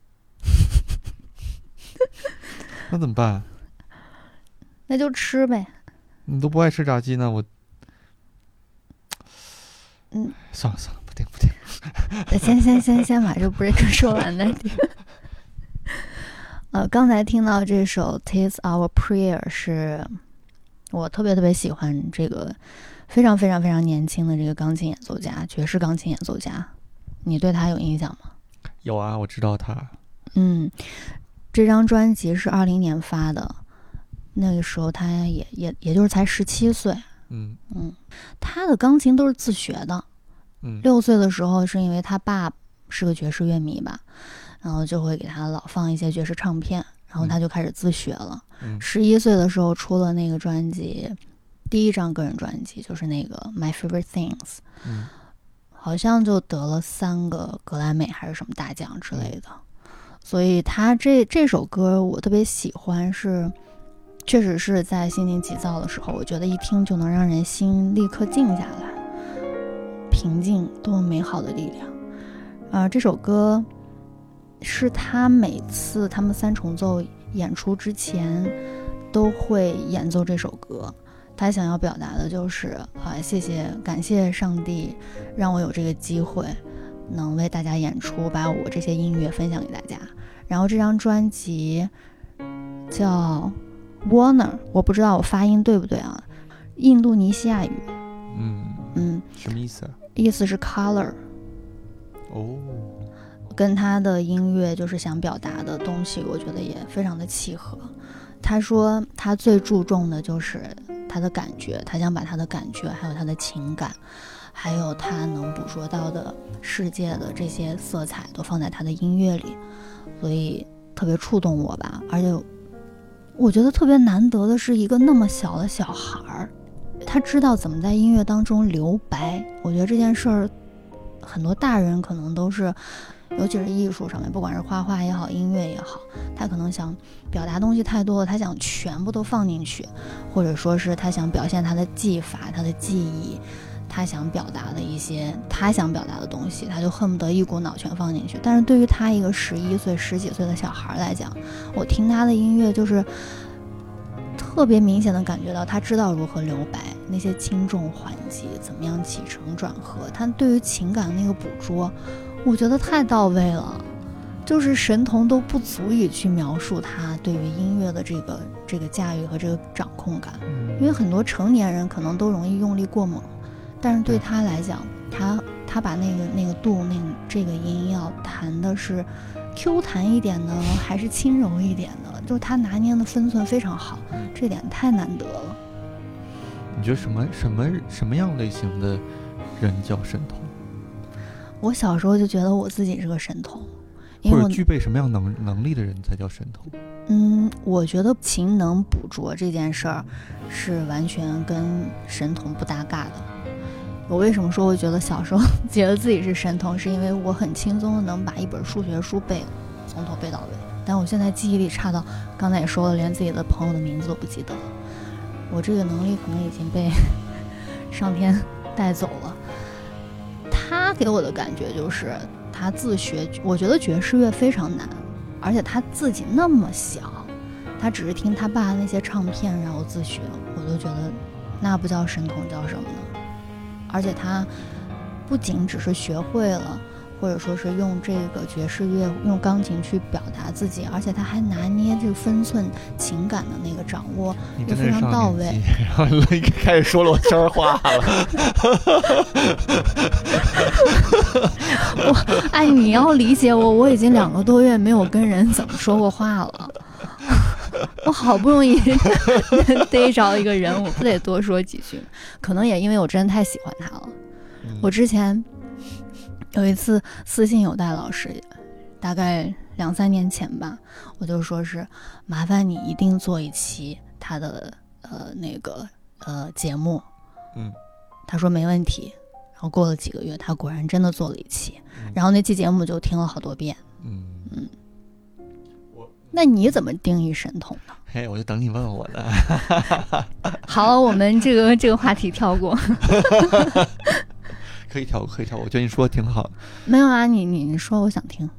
那怎么办？
那就吃呗。
你都不爱吃炸鸡呢，我算了，不订。
先把这 break 说完再听。刚才听到这首 Tis Our Prayer 是我特别特别喜欢这个非常非常非常年轻的这个钢琴演奏家，爵士钢琴演奏家。你对他有印象吗？
有啊，我知道他。
这张专辑是20年发的，那个时候他也就是才17岁。他的钢琴都是自学的。6岁的时候是因为他爸是个爵士乐迷吧，然后就会给他老放一些爵士唱片，然后他就开始自学了。11岁的时候出了那个专辑，第一张个人专辑就是那个 My Favorite Things，好像就得了3个格莱美还是什么大奖之类的。所以他这首歌我特别喜欢，是确实是在心情急躁的时候，我觉得一听就能让人心立刻静下来，平静，多么美好的力量。这首歌是他每次他们3重奏演出之前都会演奏这首歌。他想要表达的就是感谢上帝让我有这个机会能为大家演出，把我这些音乐分享给大家。然后这张专辑叫 Warner， 我不知道我发音对不对啊，印度尼西亚语。
什么意思啊？
意思是 color。跟他的音乐就是想表达的东西，我觉得也非常的契合。他说他最注重的就是他的感觉，他想把他的感觉还有他的情感还有他能捕捉到的世界的这些色彩都放在他的音乐里，所以特别触动我吧。而且我觉得特别难得的是一个那么小的小孩，他知道怎么在音乐当中留白。我觉得这件事儿很多大人可能都是，尤其是艺术上面，不管是画画也好音乐也好，他可能想表达东西太多了，他想全部都放进去，或者说是他想表现他的技法他的技艺，他想表达的一些他想表达的东西，他就恨不得一股脑全放进去。但是对于他一个11岁10几岁的小孩来讲，我听他的音乐就是特别明显的感觉到他知道如何留白，那些轻重缓急怎么样起承转合，他对于情感的那个捕捉我觉得太到位了，就是神童都不足以去描述他对于音乐的这个驾驭和这个掌控感。因为很多成年人可能都容易用力过猛，但是对他来讲，他把那个度这个音要弹的是 Q 弹一点呢还是轻柔一点呢，就是他拿捏的分寸非常好，这点太难得了。
你觉得什么样类型的人叫神童？
我小时候就觉得我自己是个神童，
或者具备什么样能力的人才叫神童？
我觉得勤能捕捉这件事儿是完全跟神童不搭嘎的。我为什么说我觉得小时候觉得自己是神童，是因为我很轻松的能把一本数学书背从头背到尾，但我现在记忆力差到刚才也说了，连自己的朋友的名字都不记得了。我这个能力可能已经被上天带走了。他给我的感觉就是他自学，我觉得爵士乐非常难，而且他自己那么小，他只是听他爸那些唱片然后自学，我都觉得那不叫神童叫什么呢？而且他不仅只是学会了，或者说是用这个爵士乐用钢琴去表达自己，而且他还拿捏这个分寸情感的那个掌握也非常到位。
然后开始说了我圈话了。
你要理解我已经2个多月没有跟人怎么说过话了。我好不容易逮着一个人，我不得多说几句。可能也因为我真的太喜欢他了。我之前有一次私信有戴老师，大概2-3年前吧，我就说是麻烦你一定做一期他的节目。他说没问题。然后过了几个月，他果然真的做了一期，然后那期节目就听了好多遍。 那你怎么定义神童呢？
嘿，我就等你问我的。
好，我们这个话题跳过。
可以跳，我觉得你说的挺好的。
没有啊，你说，我想听。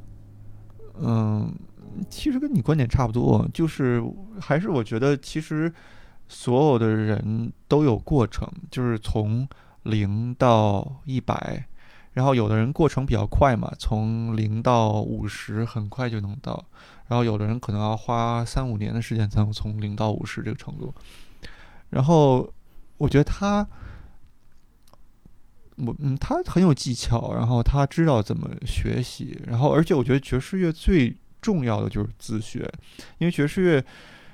其实跟你观点差不多，就是还是我觉得其实所有的人都有过程，就是从0到100，然后有的人过程比较快嘛，从0到50很快就能到，然后有的人可能要花3-5年的时间才能从0到50这个程度。然后我觉得他很有技巧，然后他知道怎么学习，然后而且我觉得爵士乐最重要的就是自学，因为爵士乐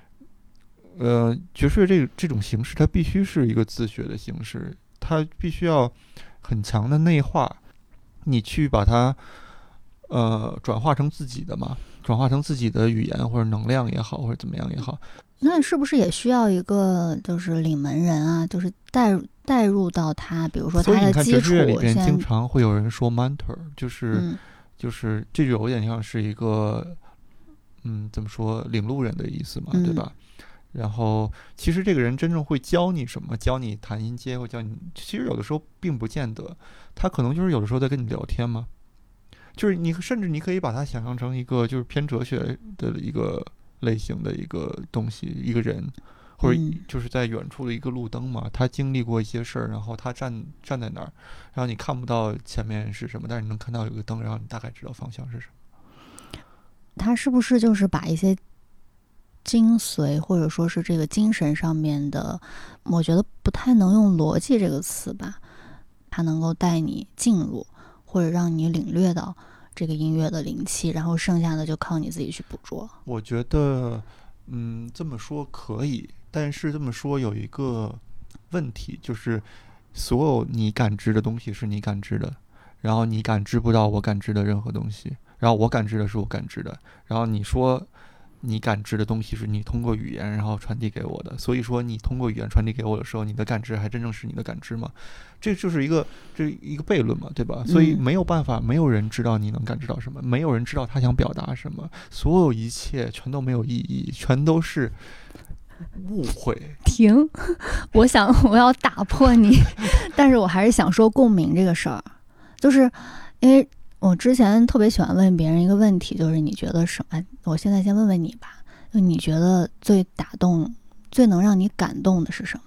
这种形式它必须是一个自学的形式，它必须要很强的内化，你去把它转化成自己的嘛，转化成自己的语言或者能量也好，或者怎么样也好。
那是不是也需要一个就是领门人啊，就是带入到他，比如说他的基础。
所以你看爵士乐里边经常会有人说 mentor， 就是这就有点像是一个怎么说领路人的意思嘛，对吧？然后其实这个人真正会教你什么，教你弹音阶，或教你，其实有的时候并不见得，他可能就是有的时候在跟你聊天嘛，就是你甚至你可以把它想象成一个就是偏哲学的一个类型的一个东西，一个人，或者就是在远处的一个路灯嘛，他经历过一些事儿，然后他站在那儿，然后你看不到前面是什么，但是你能看到有个灯，然后你大概知道方向是什么。
他是不是就是把一些精髓或者说是这个精神上面的，我觉得不太能用逻辑这个词吧，它能够带你进入或者让你领略到这个音乐的灵气，然后剩下的就靠你自己去捕捉。
我觉得这么说可以，但是这么说有一个问题，就是所有你感知的东西是你感知的，然后你感知不到我感知的任何东西，然后我感知的是我感知的，然后你说你感知的东西是你通过语言然后传递给我的，所以说你通过语言传递给我的时候，你的感知还真正是你的感知吗？这就是一个悖论嘛，对吧？所以没有办法，没有人知道你能感知到什么，没有人知道他想表达什么，所有一切全都没有意义，全都是误会。
停，我要打破你，但是我还是想说共鸣这个事儿，就是因为我之前特别喜欢问别人一个问题，就是你觉得什么？我现在先问问你吧，就你觉得最打动、最能让你感动的是什么？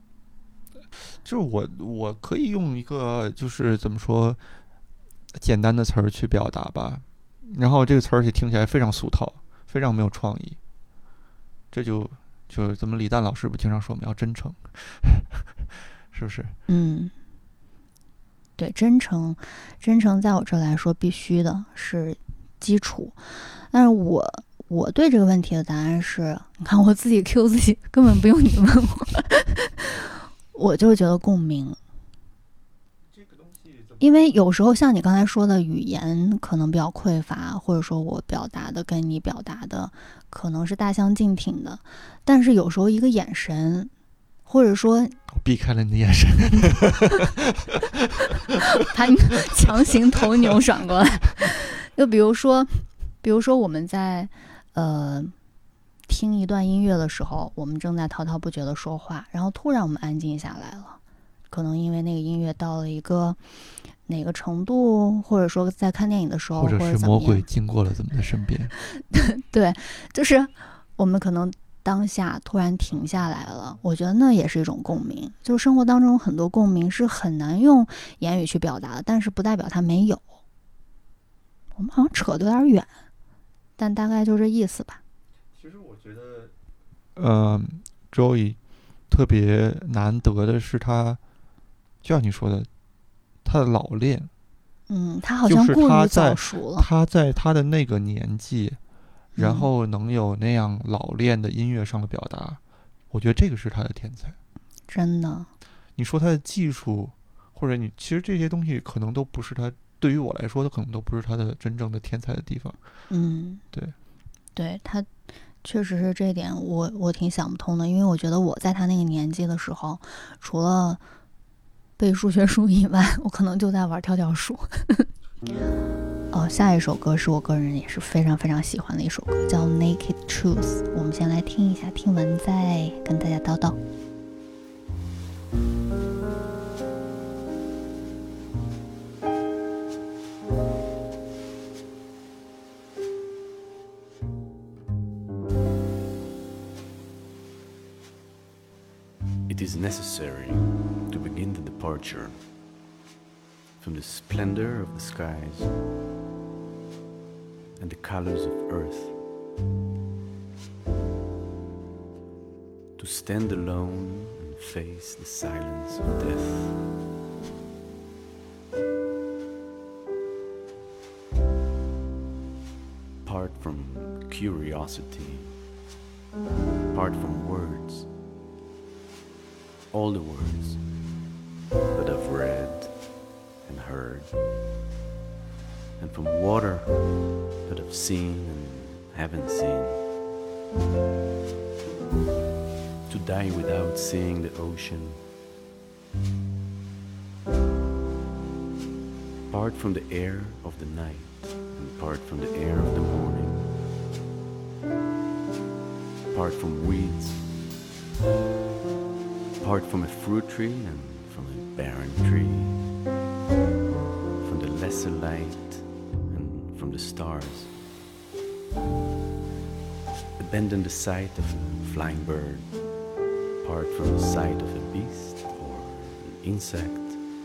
就是我可以用一个就是怎么说简单的词儿去表达吧，然后这个词儿也听起来非常俗套，非常没有创意。这就是咱们李诞老师不经常说我们要真诚，是不是？
对，真诚在我这来说必须的是基础，但是我对这个问题的答案是，你看我自己 Q 自己，根本不用你问我，我就觉得共鸣。因为有时候像你刚才说的，语言可能比较匮乏，或者说我表达的跟你表达的可能是大相径庭的，但是有时候一个眼神，或者说
我避开了你的眼神，
把你强行头扭转过来。就比如说我们在听一段音乐的时候，我们正在滔滔不绝的说话，然后突然我们安静下来了，可能因为那个音乐到了一个哪个程度，或者说在看电影的时候，
或者是魔鬼经过了咱们的身边。
对，就是我们可能当下突然停下来了，我觉得那也是一种共鸣。就是生活当中很多共鸣是很难用言语去表达的，但是不代表它没有。我们好像扯得有点远，但大概就这意思吧。
其实我觉得Joey 特别难得的是他，就像你说的，他的老练。
他好像过于早熟了。
他在他的那个年纪，然后能有那样老练的音乐上的表达，我觉得这个是他的天才。
真的。
你说他的技术，或者其实这些东西可能都不是他，对于我来说，他可能都不是他的真正的天才的地方。
对，他确实是这一点，我挺想不通的，因为我觉得我在他那个年纪的时候，除了背数学书以外，我可能就在玩跳跳鼠。 下一首歌是我个人也是非常非常喜欢的一首歌，叫 Naked Truth。 我们先来听一下，听完再跟大家叨叨。
It is necessary to begin the departure from the splendor of the skies and the colors of earth, to stand alone and face the silence of death. Apart from curiosity, apart from words, all the words that I've read and heard, and from water that I've seen and haven't seen, to die without seeing the ocean, apart from the air of the night and apart from the air of the morning, apart from weeds, apart from a fruit tree and from a barren tree, from the lesser light and from the stars. Abandon the sight of a flying bird, apart from the sight of a beast or an insect,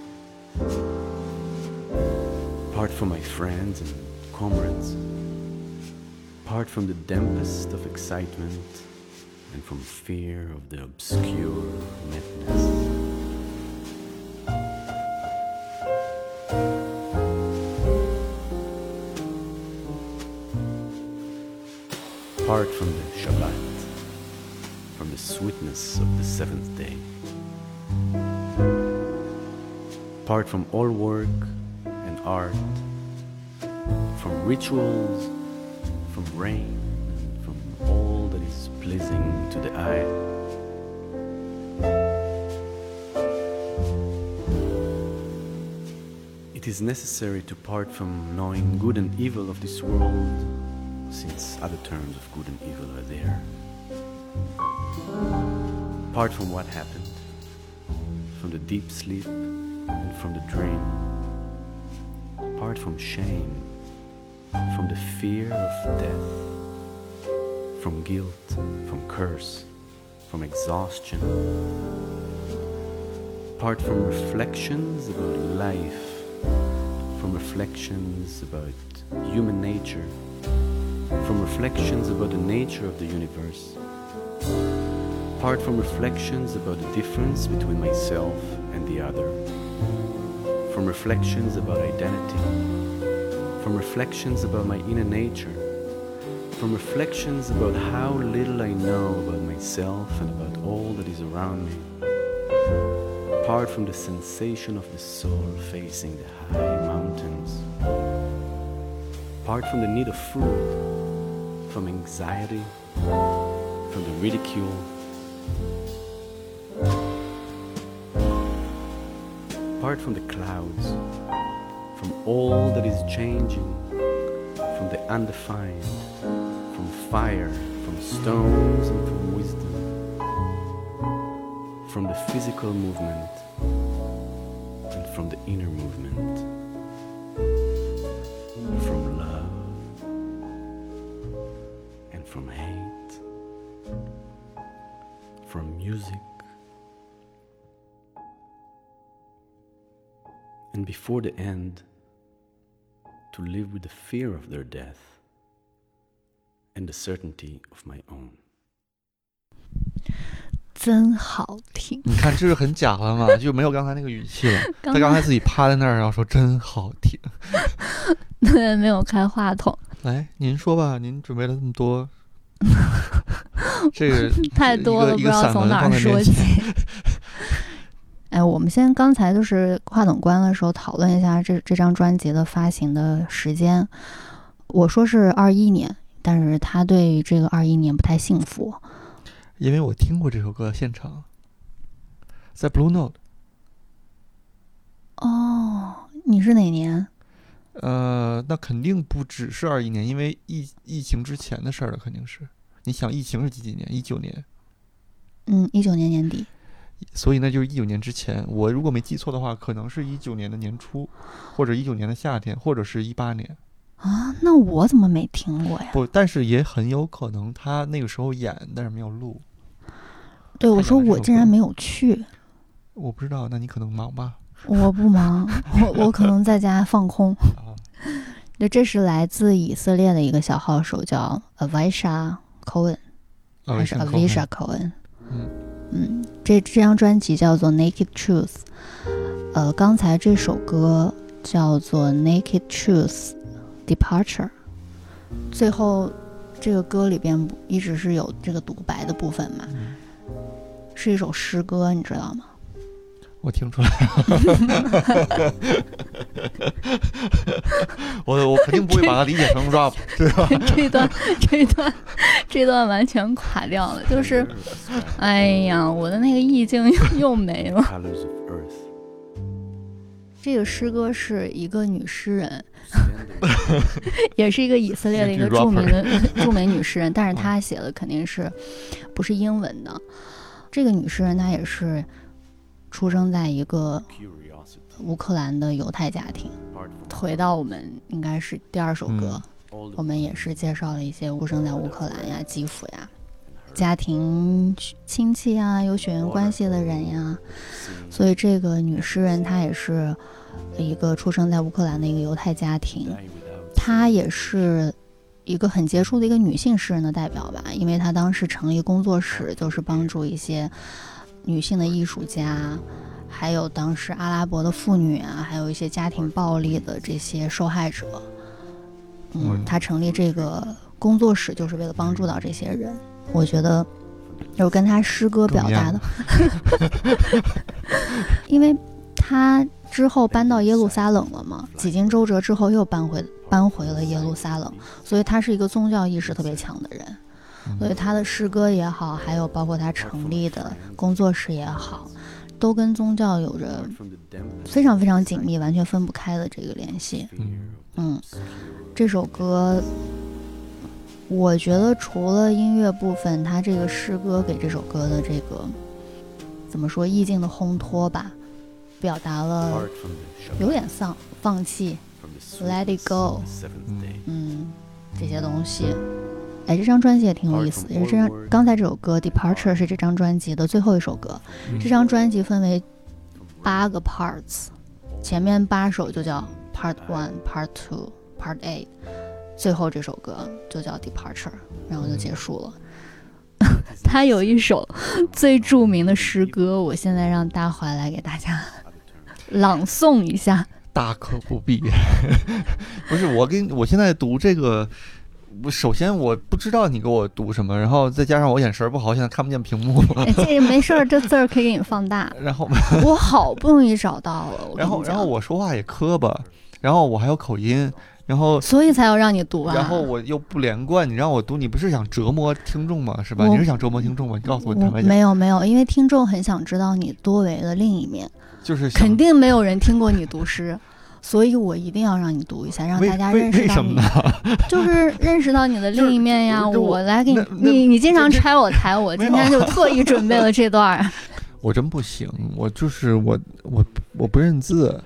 apart from my friends and comrades, apart from the dampest of excitement and from fear of the obscure madness. Apart from the Shabbat, from the sweetness of the seventh day, apart from all work and art, from rituals, from rain, and from all that is pleasing to the eye. It is necessary to part from knowing good and evil of this world, since other terms of good and evil are there. Apart from what happened, from the deep sleep and from the dream, apart from shame, from the fear of death, from guilt, from curse, from exhaustion, apart from reflections about life, from reflections about human nature, from reflections about the nature of the universe, apart from reflections about the difference between myself and the other, from reflections about identity, from reflections about my inner nature, from reflections about how little I know about myself and about all that is around me, apart from the sensation of the soul facing the high mountains, apart from the need of food, from anxiety, from the ridicule, apart from the clouds, from all that is changing, from the undefined, from fire, from stones and from wisdom, from the physical movement and from the inner movement, from love and from hate, from music, and before the end, to live with the fear of their death and the certainty of my own.
真好听。
你看这是很假了嘛，就没有刚才那个语气了。他刚才自己趴在那儿，然后说真好听。
对，没有开话筒。
来，您说吧，您准备了这么多，这个
太多了，不知道从哪儿说起。哎，我们先刚才就是话筒关的时候讨论一下这张专辑的发行的时间。我说是21年，但是他对这个21年不太信服，
因为我听过这首歌现场，在 Blue Note。
哦，你是哪年？
那肯定不只是21年，因为疫情之前的事儿了，肯定是。你想，疫情是几年？19年。
19年年底。
所以那就是19年之前。我如果没记错的话，可能是19年的年初，或者19年的夏天，或者是18年。
啊，那我怎么没听过呀？
不，但是也很有可能他那个时候演，但是没有录。
对，我说我竟然没有去。
我不知道，那你可能忙吧？
我不忙，我可能在家放空。对，这是来自以色列的一个小号手，叫 Avisha Cohen， 还是 Avisha Cohen？ 这张专辑叫做 Naked Truth。刚才这首歌叫做 Naked Truth Departure。最后这个歌里边一直是有这个独白的部分嘛，是一首诗歌，你知道吗？
我听出来了。我肯定不会把它理解成 rap， 对吧？
这段完全垮掉了，就是，哎呀，我的那个意境又没了。这个诗歌是一个女诗人，也是一个以色列的一个著名女诗人，但是她写的肯定是不是英文的。这个女诗人她也是出生在一个乌克兰的犹太家庭。回到我们应该是第2首歌，我们也是介绍了一些出生在乌克兰呀、基辅呀、家庭亲戚啊、有血缘关系的人呀。所以这个女诗人她也是一个出生在乌克兰的一个犹太家庭，她也是一个很杰出的一个女性诗人的代表吧，因为她当时成立工作室，就是帮助一些女性的艺术家，还有当时阿拉伯的妇女啊，还有一些家庭暴力的这些受害者。她成立这个工作室就是为了帮助到这些人。我觉得有跟她诗歌表达的因为她之后搬到耶路撒冷了嘛，几经周折之后又搬回了耶路撒冷，所以她是一个宗教意识特别强的人。所以他的诗歌也好，还有包括他成立的工作室也好，都跟宗教有着非常非常紧密、完全分不开的这个联系。这首歌我觉得除了音乐部分，他这个诗歌给这首歌的这个怎么说意境的烘托吧，表达了有点放弃 Let it go 这些东西。这张专辑也挺有意思，也是刚才这首歌 Departure 是这张专辑的最后一首歌。这张专辑分为8个 parts， 前面8首就叫 Part 1 Part 2 Part 8， 最后这首歌就叫 Departure， 然后就结束了。他有一首最著名的诗歌，我现在让大怀来给大家朗诵一下。
大可不必。不是我现在读这个，首先我不知道你给我读什么，然后再加上我眼神不好，现在看不见屏幕。
这没事儿，这字儿可以给你放大。
然后
我好不容易找到了。
然后我说话也磕巴，然后我还有口音，然后
所以才要让你读啊。
然后我又不连贯，你让我读，你不是想折磨听众吗？是吧？你是想折磨听众吗？你告诉我，坦白讲。
没有，因为听众很想知道你多维的另一面，
就是
肯定没有人听过你读诗。所以我一定要让你读一下，让大家认识到你，就是认识到你的另一面呀。我来给你经常拆我台，我今天就特意准备了这段。
我真不行，我就是我不认字。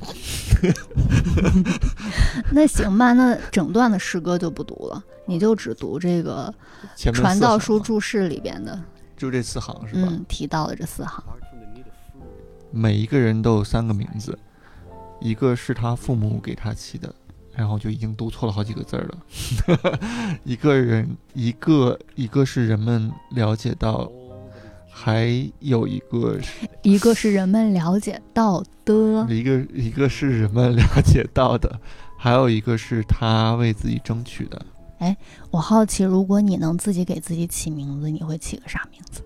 那行吧，那整段的诗歌就不读了，你就只读这个传道书注释里边的，
就这4行是吧？
提到的这4行。
每一个人都有3个名字。一个是他父母给他起的，然后就已经读错了好几个字了。一个是人们了解到，还有一个
是人们了解到的，
一个是人们了解到的，还有一个是他为自己争取的。
我好奇，如果你能自己给自己起名字，你会起个啥名字？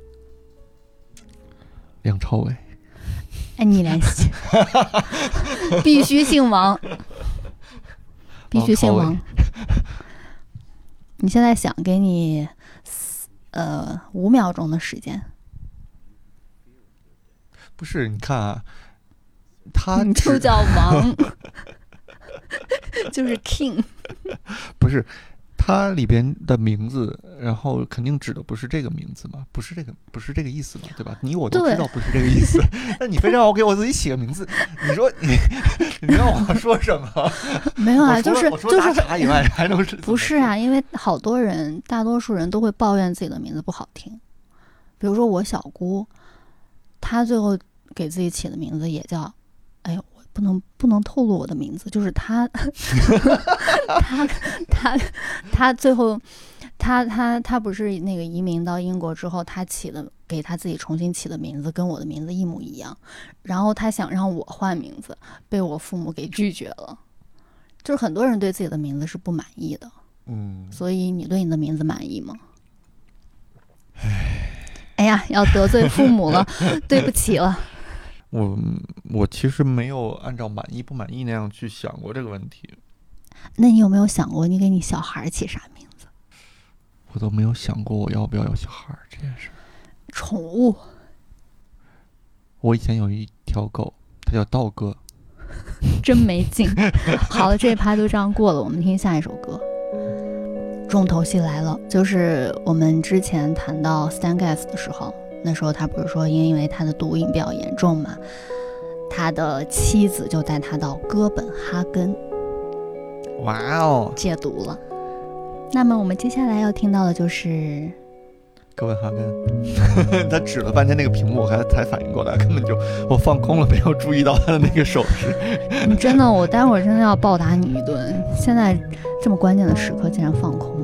梁朝伟。
你联系必须姓王，必须姓王。你现在想给你5秒钟的时间。
不是，你看啊，他
你就叫王。 就是 King。
不是，它里边的名字，然后肯定指的不是这个名字嘛，不是这个意思嘛，对吧？你我都知道不是这个意思，那你非让我给我自己起个名字，你说你让我说什么？
没有啊，就是
茶以外还能是
不是啊？因为好多人，大多数人都会抱怨自己的名字不好听。比如说我小姑，她最后给自己起的名字也叫，哎呦，我不能透露我的名字，就是她，她最后，她不是那个移民到英国之后，她给她自己重新起的名字跟我的名字一模一样，然后她想让我换名字，被我父母给拒绝了。就是很多人对自己的名字是不满意的，所以你对你的名字满意吗？哎呀，要得罪父母了，对不起了。
我其实没有按照满意不满意那样去想过这个问题。
那你有没有想过你给你小孩起啥名字？
我都没有想过我要不要有小孩这件事。
宠物？
我以前有一条狗，它叫道哥。
真没劲。好了，这一趴就这样过了，我们听下一首歌。重头戏来了，就是我们之前谈到 Stan Getz 的时候，那时候他不是说因为他的毒瘾比较严重嘛，他的妻子就带他到哥本哈根，
哇哦，
戒毒了。那么我们接下来要听到的就是
哥本哈根。他指了半天那个屏幕，我才反应过来，根本就我放空了，没有注意到他的那个手势。
你真的，我待会儿真的要暴打你一顿。现在这么关键的时刻竟然放空。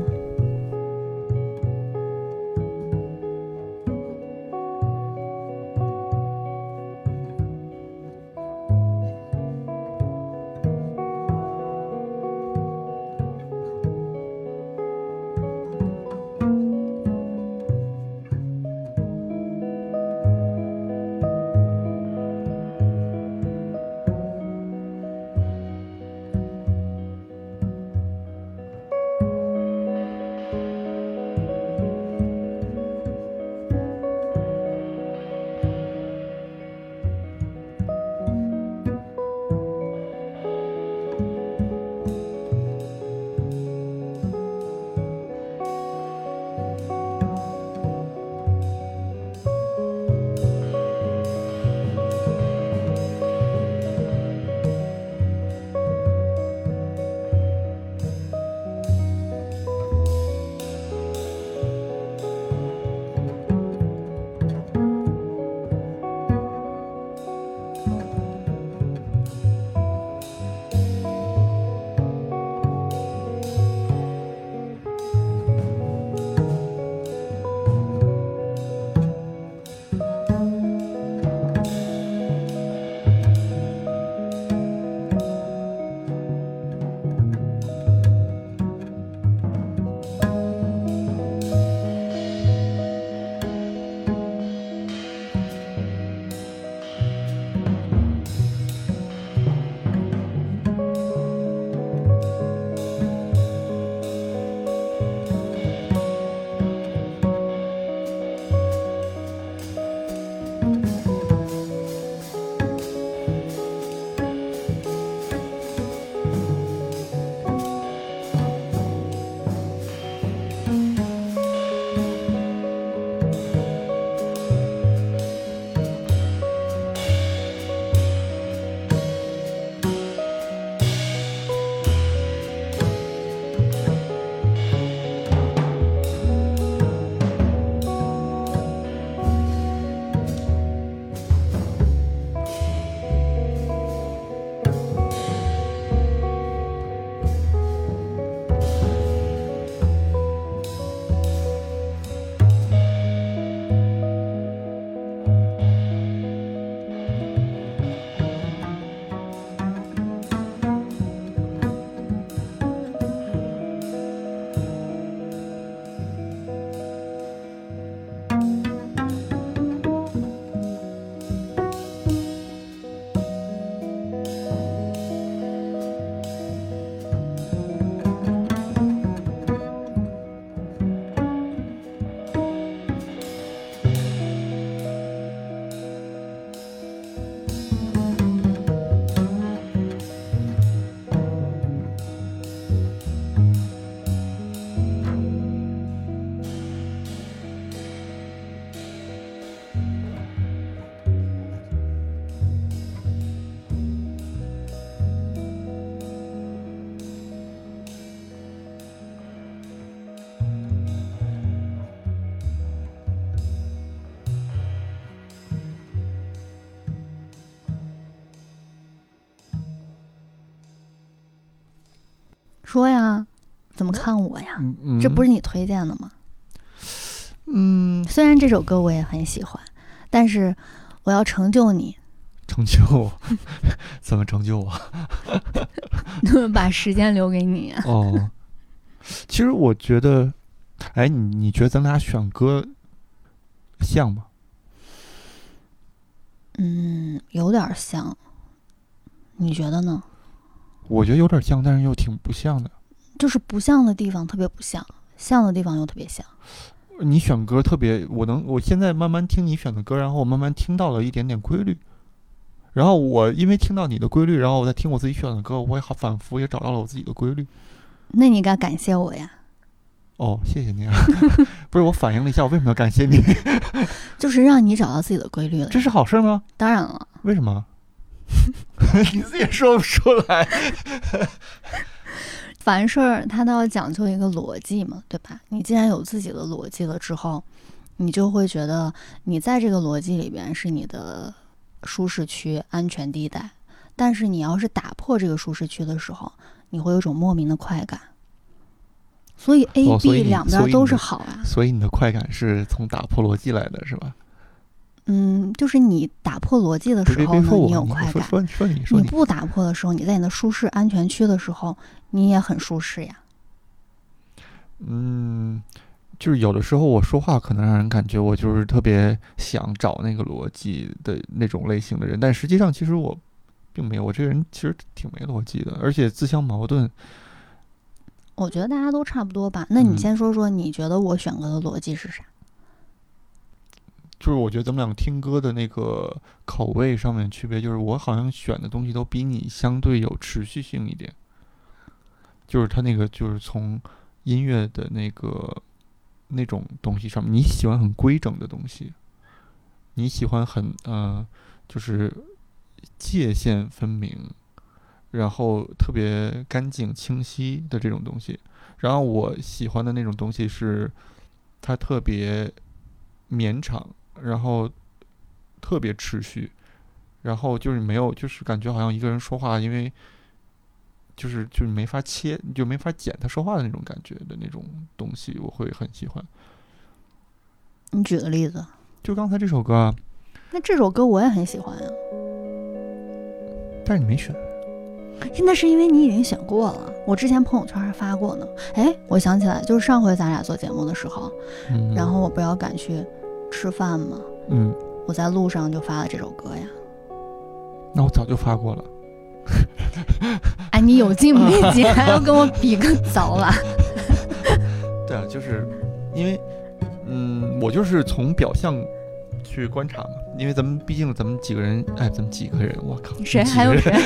说呀，怎么看我呀？这不是你推荐的吗？虽然这首歌我也很喜欢，但是我要成就你。
成就我？怎么成就我？
把时间留给你啊。
哦，其实我觉得，哎，你觉得咱俩选歌像吗？
有点像。你觉得呢？我
觉得有点像，但是又挺不像的。
就是不像的地方特别不像，像的地方又特别像。
你选歌特别，我现在慢慢听你选的歌，然后我慢慢听到了一点点规律。然后我因为听到你的规律，然后我在听我自己选的歌，我也好反复也找到了我自己的规律。
那你该感谢我呀。
哦，谢谢你啊。不是，我反应了一下，我为什么要感谢你？
就是让你找到自己的规律了。
这是好事吗？
当然了。
为什么？你自己说不出来。
凡事它都要讲究一个逻辑嘛，对吧？你既然有自己的逻辑了之后，你就会觉得你在这个逻辑里边是你的舒适区、安全地带。但是你要是打破这个舒适区的时候，你会有种莫名的快感。所以 A、B 两边都是好啊。
所以你的快感是从打破逻辑来的，是吧？
就是你打破逻辑的时候呢，你有快感。你不打破的时候，你在你的舒适安全区的时候，你也很舒适呀。
就是有的时候我说话可能让人感觉我就是特别想找那个逻辑的那种类型的人，但实际上其实我并没有，我这个人其实挺没逻辑的，而且自相矛盾。
我觉得大家都差不多吧。那你先说说，你觉得我选歌的逻辑是啥？
就是我觉得咱们俩听歌的那个口味上面区别，就是我好像选的东西都比你相对有持续性一点。就是他那个就是从音乐的那种东西上面，你喜欢很规整的东西，你喜欢很就是界限分明，然后特别干净清晰的这种东西。然后我喜欢的那种东西是它特别绵长，然后特别持续，然后就是没有，就是感觉好像一个人说话，因为就是没法切，就没法剪他说话的那种感觉的那种东西，我会很喜欢。
你举个例子。
就刚才这首歌啊。
那这首歌我也很喜欢啊。
但是你没选。
那是因为你已经选过了，我之前朋友圈还发过呢。哎，我想起来，就是上回咱俩做节目的时候，然后我不要赶去吃饭吗？我在路上就发了这首歌呀。
那我早就发过了。
哎，你有进没进？还要跟我比个早晚？
对啊，就是因为我就是从表象去观察嘛，因为毕竟咱们几个人，咱们几个人，我靠，
谁还有谁？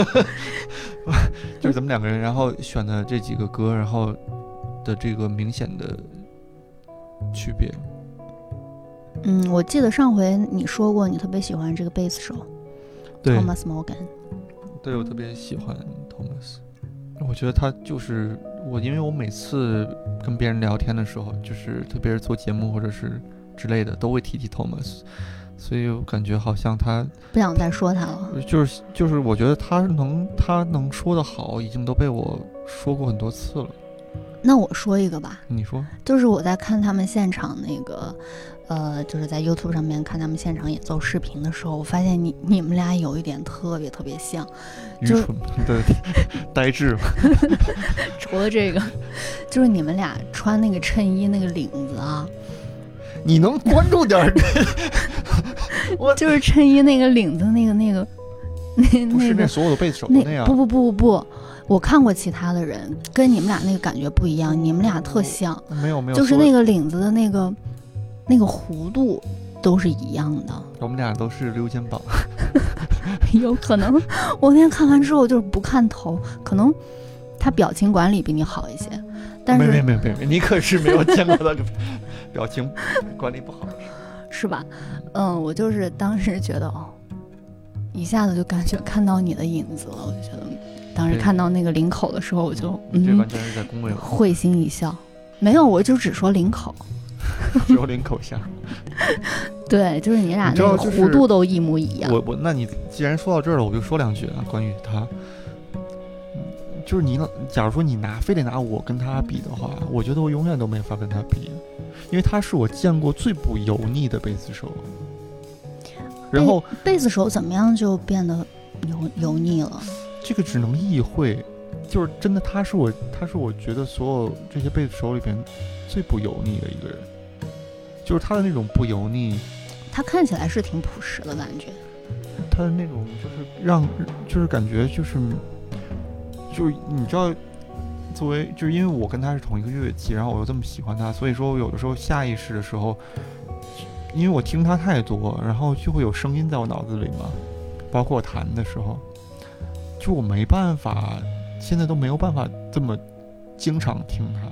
就是咱们两个人，然后选的这几个歌，然后的这个明显的区别。
我记得上回你说过你特别喜欢这个贝斯手 Thomas Morgan。
对，我特别喜欢 Thomas。我觉得他就是因为我每次跟别人聊天的时候，就是特别是做节目或者是之类的，都会提 Thomas， 所以我感觉好像他
不想再说他了。
就是我觉得他能说得好，已经都被我说过很多次了。
那我说一个吧。
你说。就是
我在看他们现场那个就是在 YouTube 上面看他们现场演奏视频的时候，我发现你们俩有一点特别特别像，
愚蠢的呆滞嘛。
除了这个，就是你们俩穿那个衬衣那个领子啊，
你能关注点
我就是衬衣那个领子那个
不是那所有的贝斯手都那样。
不，我看过其他的人，跟你们俩那个感觉不一样，你们俩特像。
没有，
就是那个领子的那个弧度都是一样的。
我们俩都是溜肩膀。
有可能我那天看完之后就是不看头，可能他表情管理比你好一些。但是
没，你可是没有见过他表情管理不好
是吧？我就是当时觉得一下子就感觉看到你的影子了，我就觉得当时看到那个领口的时候，我就
这完全是在恭维我，
会心一笑。没有，我就只说领口。
只有领口像。
对，就是你俩那个弧度都一模一样。
那你既然说到这儿了，我就说两句啊，关于他。 就是假如说你非得拿我跟他比的话，我觉得我永远都没法跟他比，因为他是我见过最不油腻的贝斯手。然后
贝斯手怎么样就变得油腻了？
这个只能意会，就是真的他是我觉得所有这些贝斯手里边最不油腻的一个人，就是他的那种不油腻，
他看起来是挺朴实的感觉，
他的那种就是感觉就是你知道，作为就是因为我跟他是同一个乐器，然后我又这么喜欢他，所以说我有的时候下意识的时候，因为我听他太多，然后就会有声音在我脑子里嘛，包括我弹的时候，就我没办法，现在都没有办法这么经常听他。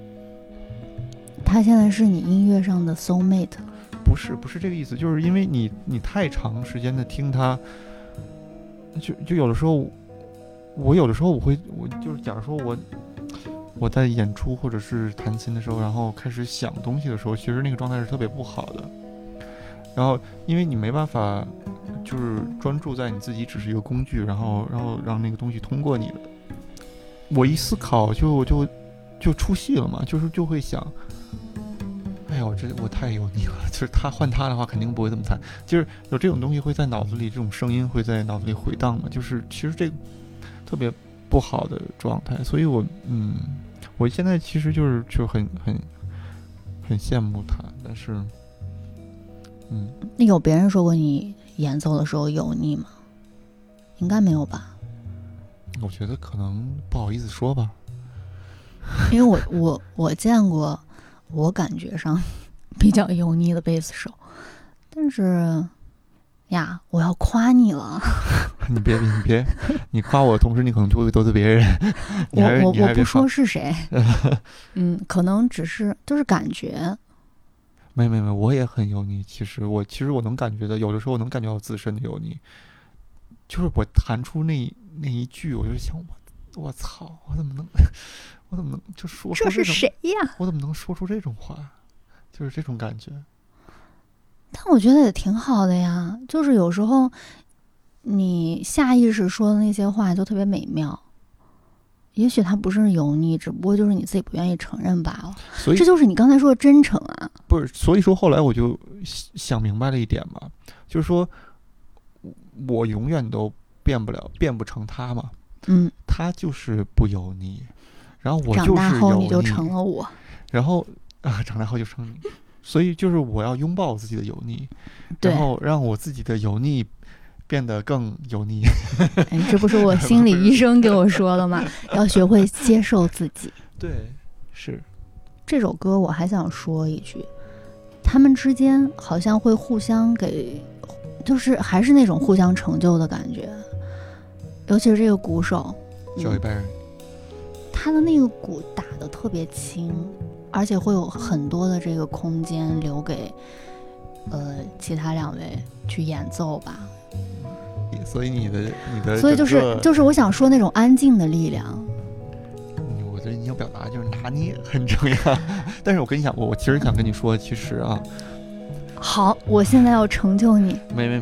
他现在是你音乐上的 soul mate？
不是这个意思，就是因为你太长时间的听他，就有的时候，我就是假如说我在演出或者是弹琴的时候，然后开始想东西的时候，其实那个状态是特别不好的。然后因为你没办法就是专注在你自己只是一个工具，然后让那个东西通过你的，我一思考就出戏了嘛，就会想，哎呀，我太油腻了，就是换他的话肯定不会这么弹，就是有这种东西会在脑子里，这种声音会在脑子里回荡嘛，就是其实这个特别不好的状态。所以我现在其实就很羡慕他，但是
有别人说过你演奏的时候油腻吗？应该没有吧。
我觉得可能不好意思说吧，
因为我见过我感觉上比较油腻的贝斯手，但是呀，我要夸你了。
你别，你夸我的同时，你可能就会得罪别人。
我不说是谁，可能只是就是感觉。
没，我也很油腻。其实我能感觉到，有的时候我能感觉到自身的油腻。就是我弹出那一句，我就想，我操，我怎么能就说出
这是谁呀？
我怎么能说出这种话？就是这种感觉。
但我觉得也挺好的呀，就是有时候你下意识说的那些话就特别美妙。也许它不是油腻，只不过就是你自己不愿意承认罢了。
所以
这就是你刚才说的真诚啊。
不是，所以说后来我就想明白了一点嘛，就是说我永远都变不成他嘛。他就是不油腻，然后我就是油腻。长大后你就成了我。然后长大后就成你。所以就是我要拥抱我自己的油腻，然后让我自己的油腻变得更油腻。
这不是我心理医生给我说了吗？要学会接受自己。
对，是。
这首歌我还想说一句，他们之间好像会互相就是还是那种互相成就的感觉。尤其是这个鼓手
Joey Barry，
他的那个鼓打得特别轻，而且会有很多的这个空间留给其他两位去演奏吧。
所以你的，
所以就是我想说那种安静的力量。
我觉得你要表达就是拿捏很重要。但是我跟你讲，我其实想跟你说，其实啊，
好，我现在要成就你。
没，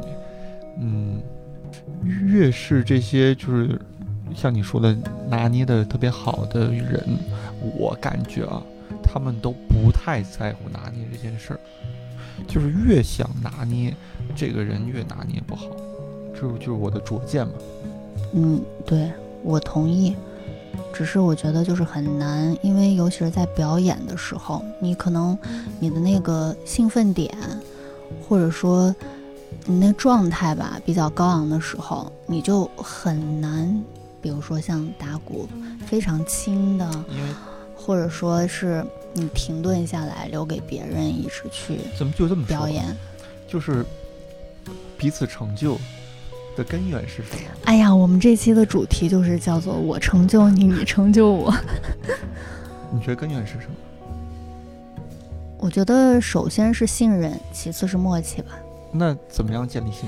越是这些就是像你说的拿捏的特别好的人，我感觉啊，他们都不太在乎拿捏这件事儿，就是越想拿捏这个人越拿捏不好，这就是我的拙见嘛。
对，我同意。只是我觉得就是很难，因为尤其是在表演的时候，你可能你的那个兴奋点，或者说你那状态吧比较高昂的时候，你就很难，比如说像打鼓非常轻的，或者说是你停顿下来留给别人一直去
怎么就这么
表演，
就是彼此成就的根源是什么？
哎呀，我们这期的主题就是叫做我成就你，你成就我。
你觉得根源是什么？
我觉得首先是信任，其次是默契吧。
那怎么样建立信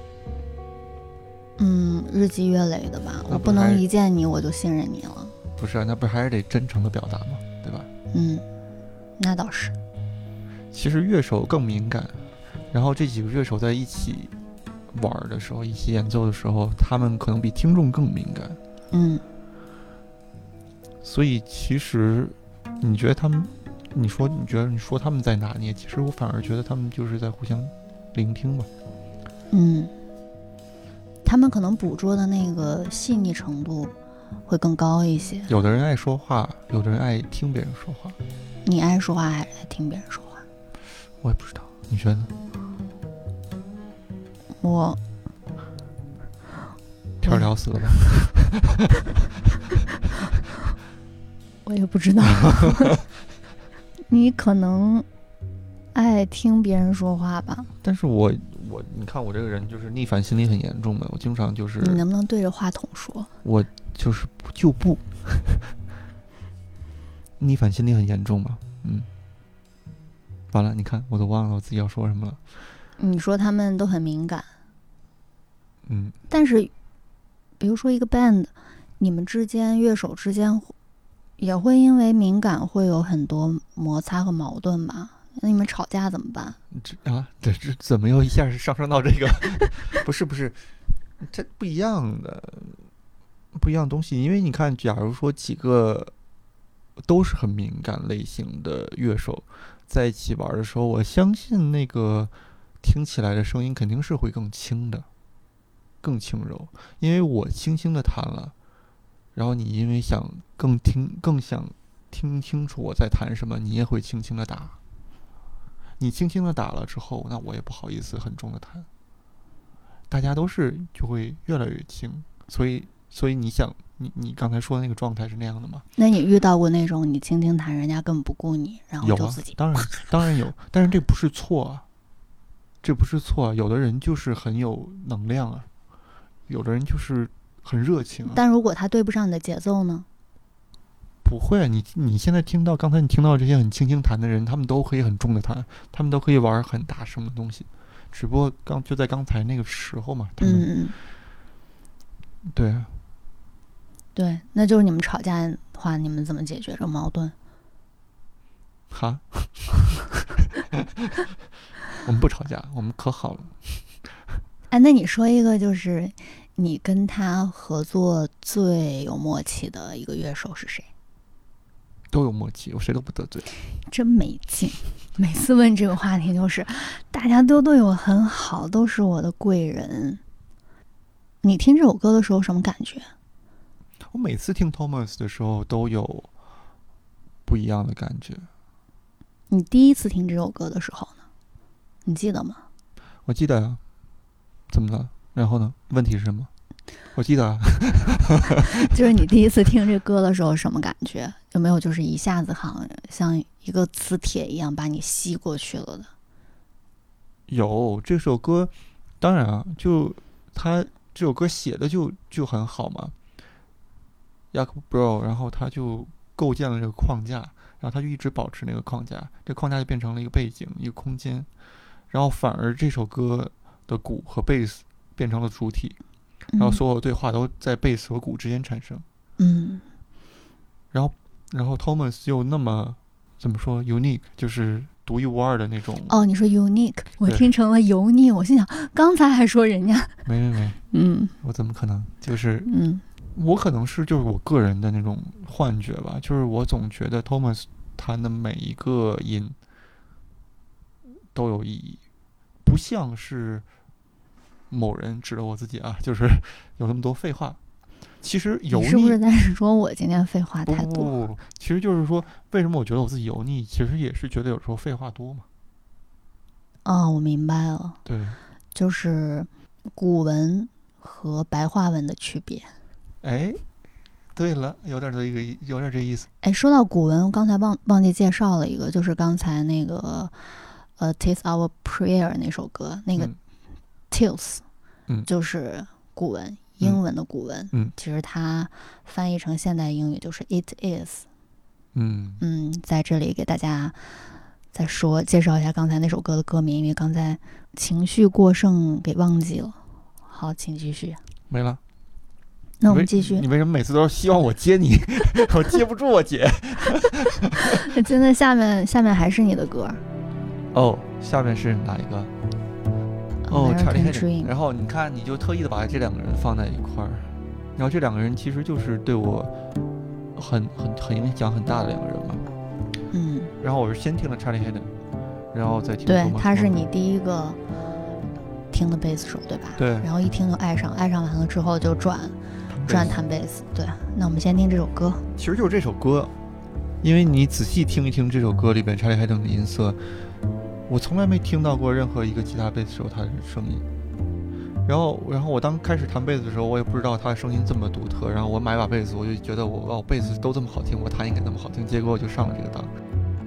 任？日积月累的吧。我不能一见你我就信任你了。
不是啊，那不还是得真诚的表达吗？对吧？
那倒是。
其实乐手更敏感，然后这几个乐手在一起玩的时候，一起演奏的时候，他们可能比听众更敏感。 所以其实你觉得他们，你说他们在拿捏，其实我反而觉得他们就是在互相聆听吧。
他们可能捕捉的那个细腻程度会更高一些。
有的人爱说话，有的人爱听别人说话。
你爱说话还是爱听别人说话？
我也不知道，你觉得呢？
我
天聊死了吧？
我也不知道。你可能爱听别人说话吧。
但是我你看我这个人就是逆反心理很严重的，我经常就是
你能不能对着话筒说？
我就是就不逆反心理很严重嘛。完了，你看我都忘了我自己要说什么了。
你说他们都很敏感。
但
是比如说一个 band， 你们之间乐手之间也会因为敏感会有很多摩擦和矛盾吧？那你们吵架怎么办？
这怎么又一下是上升到这个？不是，这不一样的东西。因为你看，假如说几个都是很敏感类型的乐手在一起玩的时候，我相信那个听起来的声音肯定是会更轻的，更轻柔。因为我轻轻的弹了，然后你因为想更想听清楚我在弹什么，你也会轻轻的打。你轻轻的打了之后，那我也不好意思很重的弹，大家都是就会越来越轻。所以你想，你刚才说的那个状态是那样的吗？
那你遇到过那种你轻轻弹，人家根本不顾你，然后就自己？
有啊，当然有，但是这不是错啊，这不是错啊。有的人就是很有能量啊，有的人就是很热情啊。
但如果他对不上你的节奏呢？
不会啊，你现在刚才你听到这些很轻轻弹的人，他们都可以很重的弹，他们都可以玩很大声的东西，只不过就在刚才那个时候嘛，他们
对，那就是你们吵架的话，你们怎么解决这个矛盾？
哈，我们不吵架，我们可好了。
哎，那你说一个，就是你跟他合作最有默契的一个乐手是谁？
都有默契，我谁都不得罪。
真没劲，每次问这个话题就是大家都对我很好，都是我的贵人。你听这首歌的时候什么感觉？
我每次听 Thomas 的时候都有不一样的感觉。
你第一次听这首歌的时候呢？你记得吗？
我记得啊。怎么了？然后呢？问题是什么？我记得啊。
就是你第一次听这歌的时候什么感觉？有没有就是一下子好像一个磁铁一样把你吸过去了的？
有，这首歌当然啊，就他这首歌写的就很好嘛。Jakob Bro， 然后他就构建了这个框架，然后他就一直保持那个框架，这框架就变成了一个背景，一个空间，然后反而这首歌的鼓和贝斯变成了主体，然后所有对话都在贝斯和鼓之间产生。然后 Thomas 又那么怎么说 unique， 就是独一无二的那种。
哦，你说 unique， 我听成了油腻，我心想刚才还说人家
没，我怎么可能？就是我可能是就是我个人的那种幻觉吧，就是我总觉得 Thomas 弹的每一个音都有意义，不像是某人指着我自己啊，就是有那么多废话。其实油腻，
你是不是在说我今天废话太多？
不，其实就是说，为什么我觉得我自己油腻，其实也是觉得有时候废话多嘛。
哦，我明白了。
对，
就是古文和白话文的区别。
哎，对了，有点这意思。
哎，说到古文，我刚才忘记介绍了一个，就是刚才那个"Tis Our Prayer" 那首歌，那个 "Tis"，就是古文。英文的古文，其实它翻译成现代英语就是 "It is"。在这里给大家再介绍一下刚才那首歌的歌名，因为刚才情绪过剩给忘记了。好，请继续。
没了。
那我们继续。
你为什么每次都是希望我接你？我接不住我姐。
真的，下面还是你的歌。
哦，下面是哪一个？
Charlie Dream。
然后你看，你就特意的把这两个人放在一块儿，然后这两个人其实就是对我很影响很大的两个人嘛。然后我是先听了 Charlie Haden， 然后再听。
对，他是你第一个听的贝斯手，对吧？
对。
然后一听就爱上完了之后就转弹贝斯。对，那我们先听这首歌。
其实就是这首歌，因为你仔细听一听这首歌里边 Charlie Haden 的音色，我从来没听到过任何一个吉他贝斯手他的声音。然后我当开始弹贝斯的时候，我也不知道他的声音这么独特。然后我买把贝斯，我就觉得我贝斯都这么好听，我弹应该那么好听。结果我就上了这个当。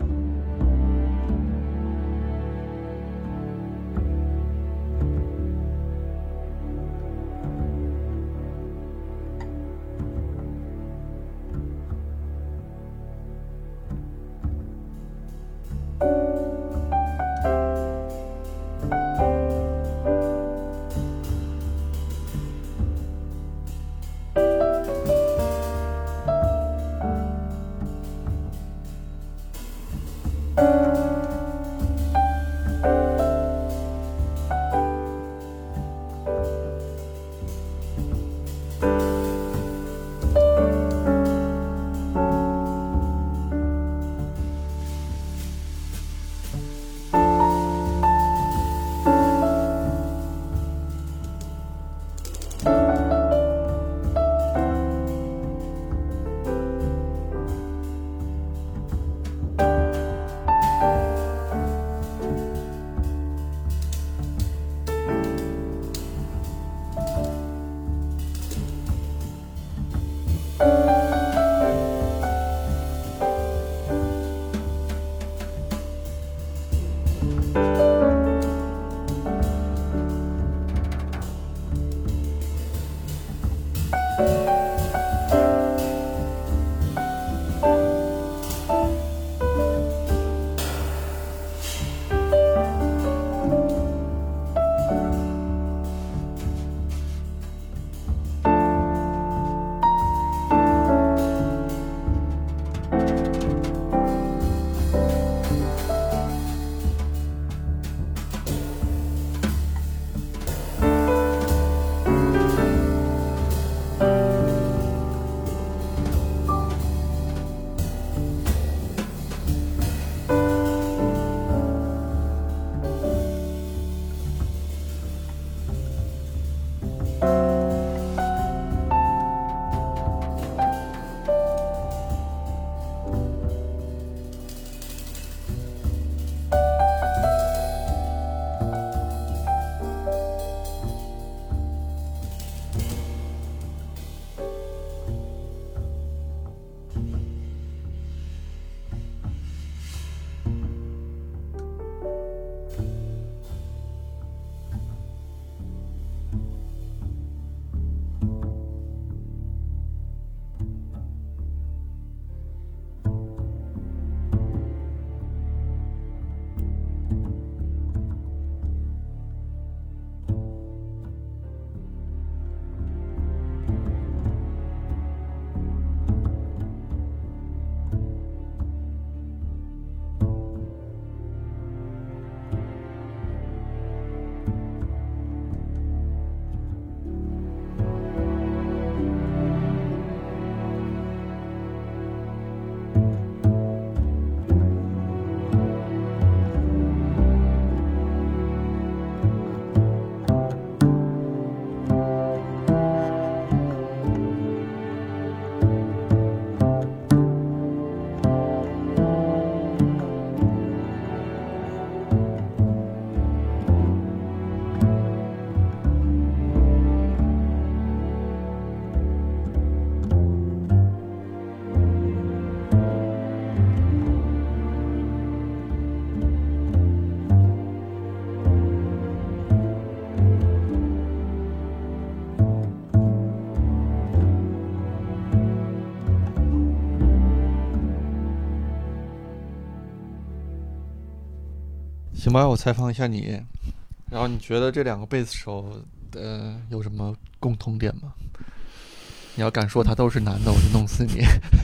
行吧，我采访一下你，然后你觉得这两个贝斯手有什么共同点吗？你要敢说他都是男的，我就弄死你。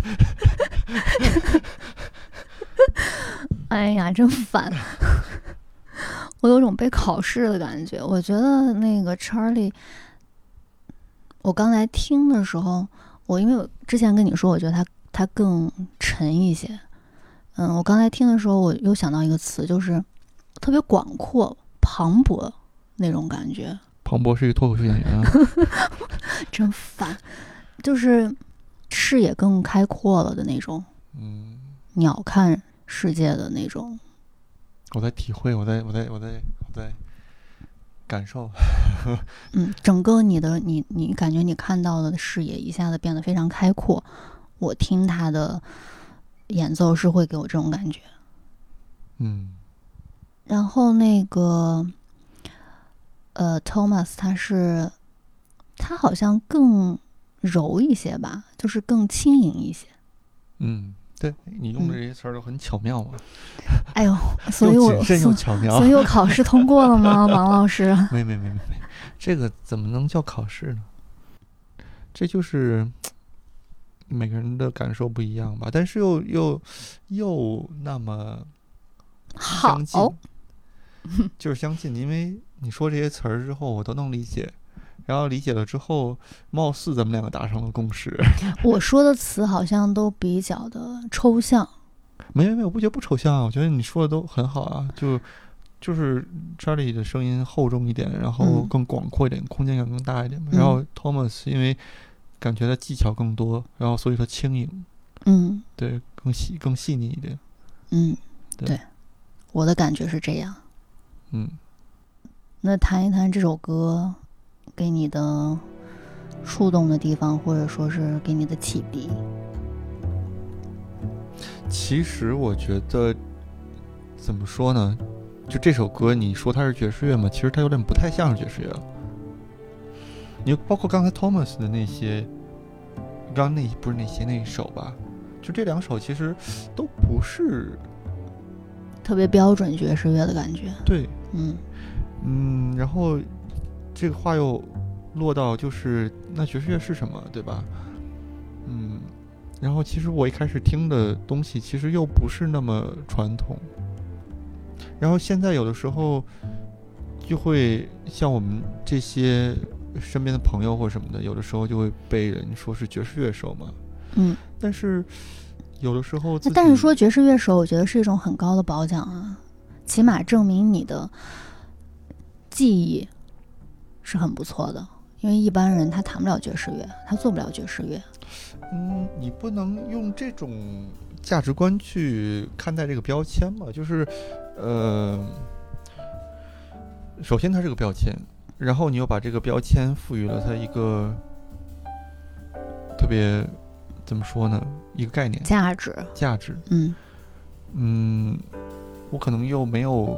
哎呀，真烦！我有种被考试的感觉。我觉得那个 Charlie， 我刚才听的时候，因为我之前跟你说，我觉得他它更沉一些。我刚才听的时候，我又想到一个词，就是特别广阔、磅礴那种感觉。
庞博是一个脱口秀演员啊。
真烦，就是视野更开阔了的那种，鸟瞰世界的那种。
我在体会，我在感受。
整个你感觉你看到的视野一下子变得非常开阔。我听他的演奏是会给我这种感觉。然后那个Thomas 他好像更柔一些吧，就是更轻盈一些。
对，你用的这些词儿都很巧妙啊。
哎呦，所以我
谨慎又巧妙。
所以我考试通过了吗，王老师？
没，这个怎么能叫考试呢？这就是每个人的感受不一样吧，但是又那么相近，就是相近，因为你说这些词儿之后，我都能理解。然后理解了之后，貌似咱们两个达成了共识。
我说的词好像都比较的抽象。
没，我不觉得不抽象啊，我觉得你说的都很好啊。就是查理的声音厚重一点，然后更广阔一点，空间感更大一点。然后 Thomas 因为感觉他技巧更多，然后所以他轻盈。对，更细腻一点。
对，我的感觉是这样。那谈一谈这首歌给你的触动的地方，或者说是给你的启迪。
其实我觉得怎么说呢，就这首歌你说它是爵士乐嘛，其实它有点不太像是爵士乐。你包括刚才 Thomas 的那些，刚那不是那一首吧，就这两首其实都不是
特别标准爵士乐的感觉。
对。然后这个话又落到就是那爵士乐是什么，对吧？然后其实我一开始听的东西其实又不是那么传统，然后现在有的时候就会像我们这些身边的朋友或什么的，有的时候就会被人说是爵士乐手嘛。但是有的时候
但是说爵士乐手，我觉得是一种很高的褒奖啊，起码证明你的技艺是很不错的。因为一般人他弹不了爵士乐，他做不了爵士乐。
你不能用这种价值观去看待这个标签嘛？就是首先它是个标签，然后你又把这个标签赋予了它一个特别怎么说呢，一个概念，价值。我可能又没有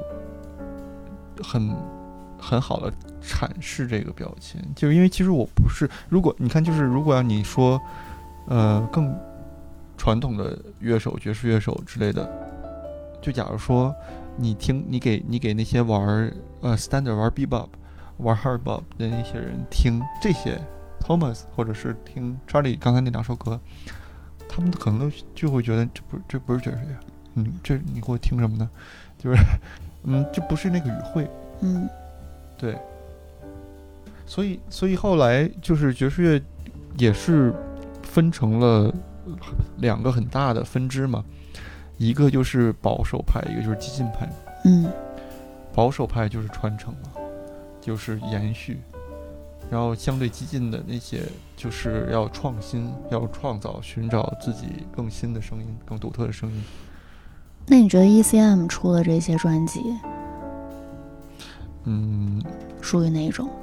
很好的阐释这个标签，就是因为其实我不是，如果你看，就是如果要你说更传统的乐手、爵士乐手之类的，就假如说你给那些玩standard、玩 bebop、玩 hard bop 的那些人听这些 Thomas 或者是听 Charlie 刚才那两首歌，他们可能就会觉得这不是爵士乐，这你给我听什么呢？就是这不是那个语汇。对。所以后来就是爵士乐也是分成了两个很大的分支嘛，一个就是保守派，一个就是激进派。保守派就是传承嘛，就是延续，然后相对激进的那些就是要创新，要创造，寻找自己更新的声音，更独特的声音。
那你觉得 ECM 出的这些专辑属于哪一种？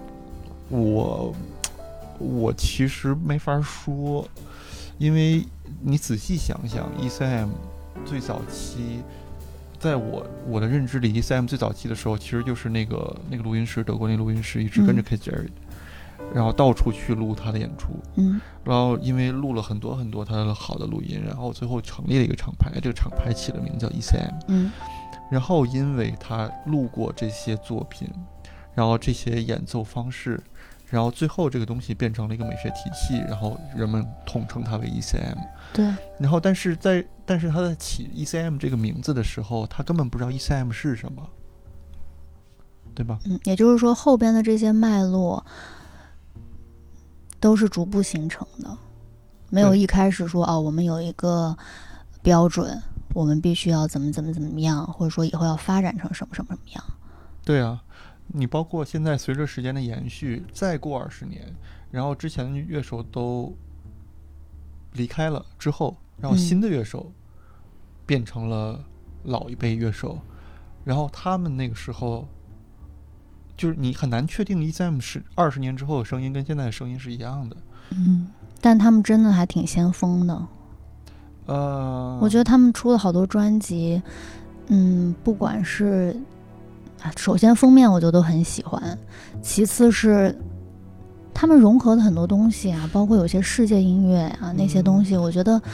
我其实没法说，因为你仔细想想 ECM 最早期，在我的认知里 ECM 最早期的时候其实就是那个录音师，德国那录音师一直跟着 Keith Jarrett，然后到处去录他的演出，然后因为录了很多很多他的好的录音，然后最后成立了一个厂牌，这个厂牌起了名叫 ECM，然后因为他录过这些作品，然后这些演奏方式，然后最后这个东西变成了一个美学体系，然后人们统称它为 ECM。 对。
然后但是他在起 ECM 这个名字的时候，他根本不知道 ECM 是什么，对吧？
也就是说后边的这些脉络都是逐步形成的， 没有一开始说我们有一个标准，我们必须要怎么样，或者说以后要发展成什么样。
对啊，你包括现在随着时间的延续，再过20年，然后之前的乐手都离开了之后，然后新的乐手变成了老一辈乐手，然后他们那个时候就是你很难确定 ECM 是20年之后的声音跟现在的声音是一样的。
但他们真的还挺先锋的。我觉得他们出了好多专辑，不管是首先封面我就都很喜欢，其次是他们融合了很多东西啊，包括有些世界音乐啊，那些东西我觉得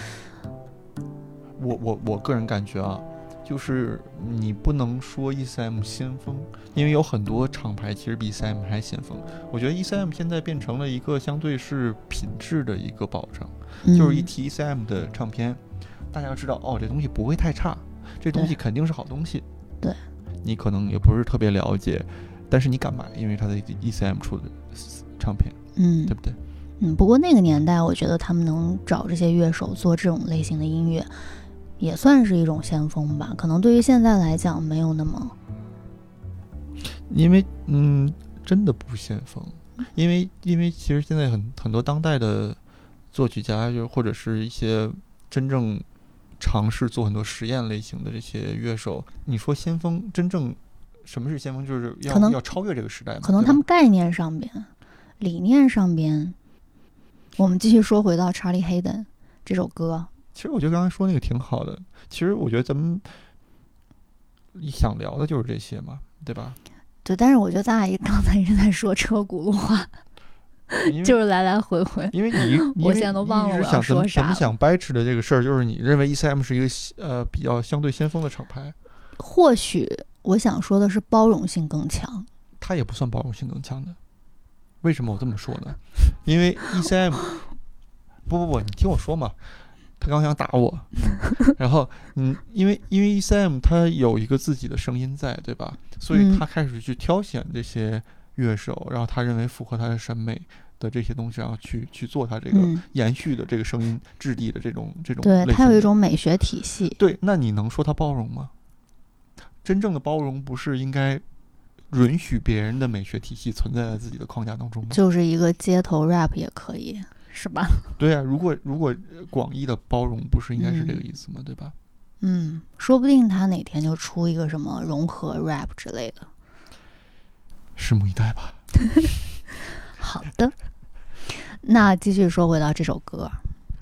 我个人感觉啊，就是你不能说 ECM 先锋，因为有很多厂牌其实比 ECM 还先锋。我觉得 ECM 现在变成了一个相对是品质的一个保障，就是一提 ECM 的唱片，大家要知道这东西不会太差，这东西肯定是好东西。
对，
你可能也不是特别了解，但是你敢买，因为它的 ECM 出的唱片，对不对？
不过那个年代我觉得他们能找这些乐手做这种类型的音乐也算是一种先锋吧，可能对于现在来讲没有那么，
因为真的不先锋，因为其实现在很多当代的作曲家，就或者是一些真正尝试做很多实验类型的这些乐手，你说先锋，真正什么是先锋，就是要超越这个时代嘛。
可能他们概念上边、理念上边。我们继续说回到 Charlie Haden 这首歌，
其实我觉得刚才说那个挺好的，其实我觉得咱们想聊的就是这些嘛，对吧？
对，但是我觉得咱俩刚才一直在说车轱辘话，就是来来回回，
因为你
我现在都忘了我要说啥了。
怎么想掰扯的这个事儿，就是你认为 ECM 是一个比较相对先锋的厂牌，
或许我想说的是包容性更强，
它也不算包容性更强的。为什么我这么说呢？因为 ECM 不，你听我说嘛。他刚想打我，然后因为 ECM 他有一个自己的声音在，对吧？所以他开始去挑选这些乐手，然后他认为符合他的审美的这些东西，然后去做他这个延续的这个声音质地的这种
对，他有一种美学体系。
对，那你能说他包容吗？真正的包容不是应该允许别人的美学体系存在在自己的框架当中吗？
就是一个街头 rap 也可以，是吧？
对啊，如果广义的包容不是应该是这个意思吗？对吧？
说不定他哪天就出一个什么融合 rap 之类的，
拭目以待吧。
好的，那继续说回到这首歌。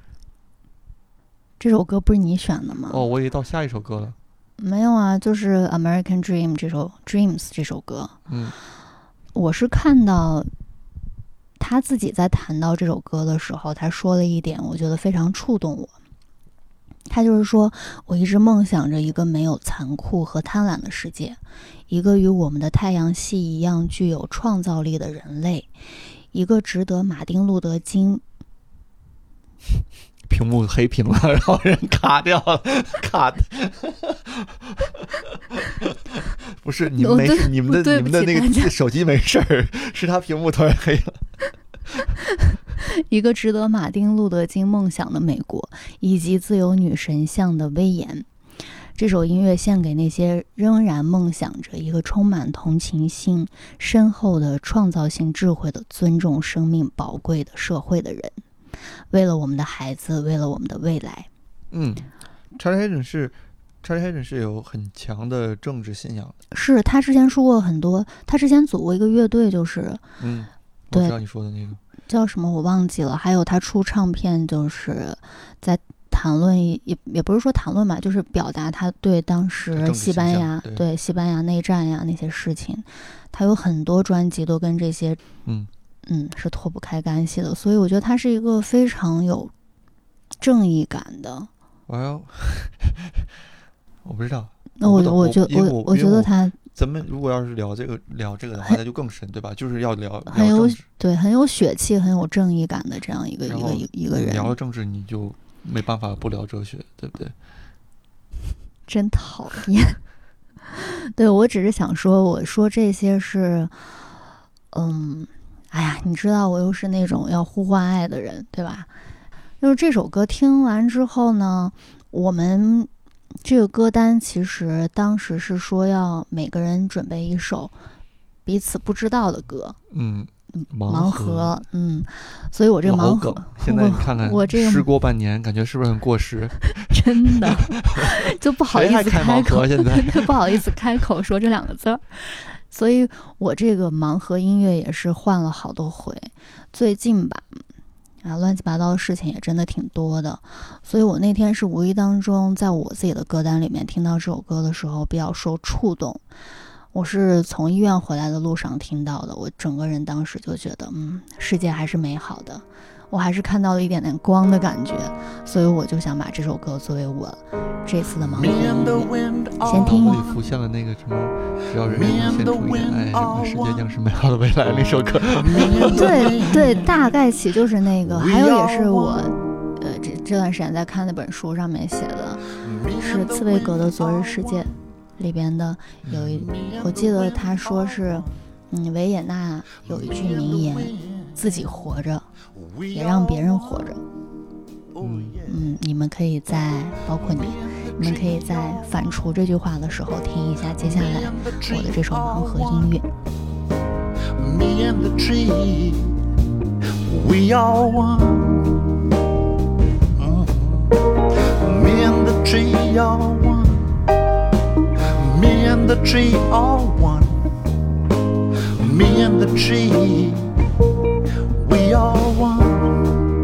这首歌不是你选的吗？
我也到下一首歌了。
没有啊，就是《American Dream》这首 Dreams 这首歌。我是看到他自己在谈到这首歌的时候，他说了一点我觉得非常触动我。他就是说，我一直梦想着一个没有残酷和贪婪的世界，一个与我们的太阳系一样具有创造力的人类，一个值得马丁·路德·金
屏幕黑屏了，然后人卡掉了，卡的。不是你们没事，你们的那个手机没事儿，是他屏幕突然黑了。
一个值得马丁·路德·金梦想的美国，以及自由女神像的威严。这首音乐献给那些仍然梦想着一个充满同情心、深厚的创造性智慧的尊重生命宝贵的社会的人。为了我们的孩子，为了我们的未来。
Charlie Haden 是有很强的政治信仰的。
是他之前说过很多，他之前组过一个乐队，就是
我知道你说的那个
叫什么我忘记了。还有他出唱片，就是在谈论也不是说谈论吧，就是表达他对当时西班牙内战呀那些事情，他有很多专辑都跟这些是脱不开干系的，所以我觉得他是一个非常有正义感的。我
不知道。
那我觉得他，
咱们如果要是聊这个的话，那就更深，对吧？就是要聊
很有血气、很有正义感的这样一个人。
聊政治，你就没办法不聊哲学，对不对？
真讨厌。对，我只是想说，我说这些是，哎呀，你知道我又是那种要呼唤爱的人，对吧？ 就是这首歌听完之后呢，我们这个歌单其实当时是说要每个人准备一首彼此不知道的歌。盲盒，所以我这个盲盒，
现在你看看，
我这个
时过半年，感觉是不是很过时？
真的，就不好意思开口，
现在
不好意思开口说这2个字儿。所以我这个盲盒音乐也是换了好多回。最近吧，乱七八糟的事情也真的挺多的，所以我那天是无意当中在我自己的歌单里面听到这首歌的时候比较受触动。我是从医院回来的路上听到的，我整个人当时就觉得世界还是美好的，我还是看到了一点点光的感觉，所以我就想把这首歌作为我这次的盲盒音乐先听。
里浮现了那个什么只要人人献出一点爱，什么世界将是美好的未来那首歌。
对，大概其就是那个。还有也是我这段时间在看那本书上面写的，是茨威格的《昨日世界》里边的我记得他说是维也纳有一句名言，自己活着也让别人活着。你们可以包括你们可以在反刍这句话的时候听一下接下来我的这首盲盒音乐。
Me and the tree, we are one. Me and the tree are one. Me and the tree are one. Me and the tree, we are one.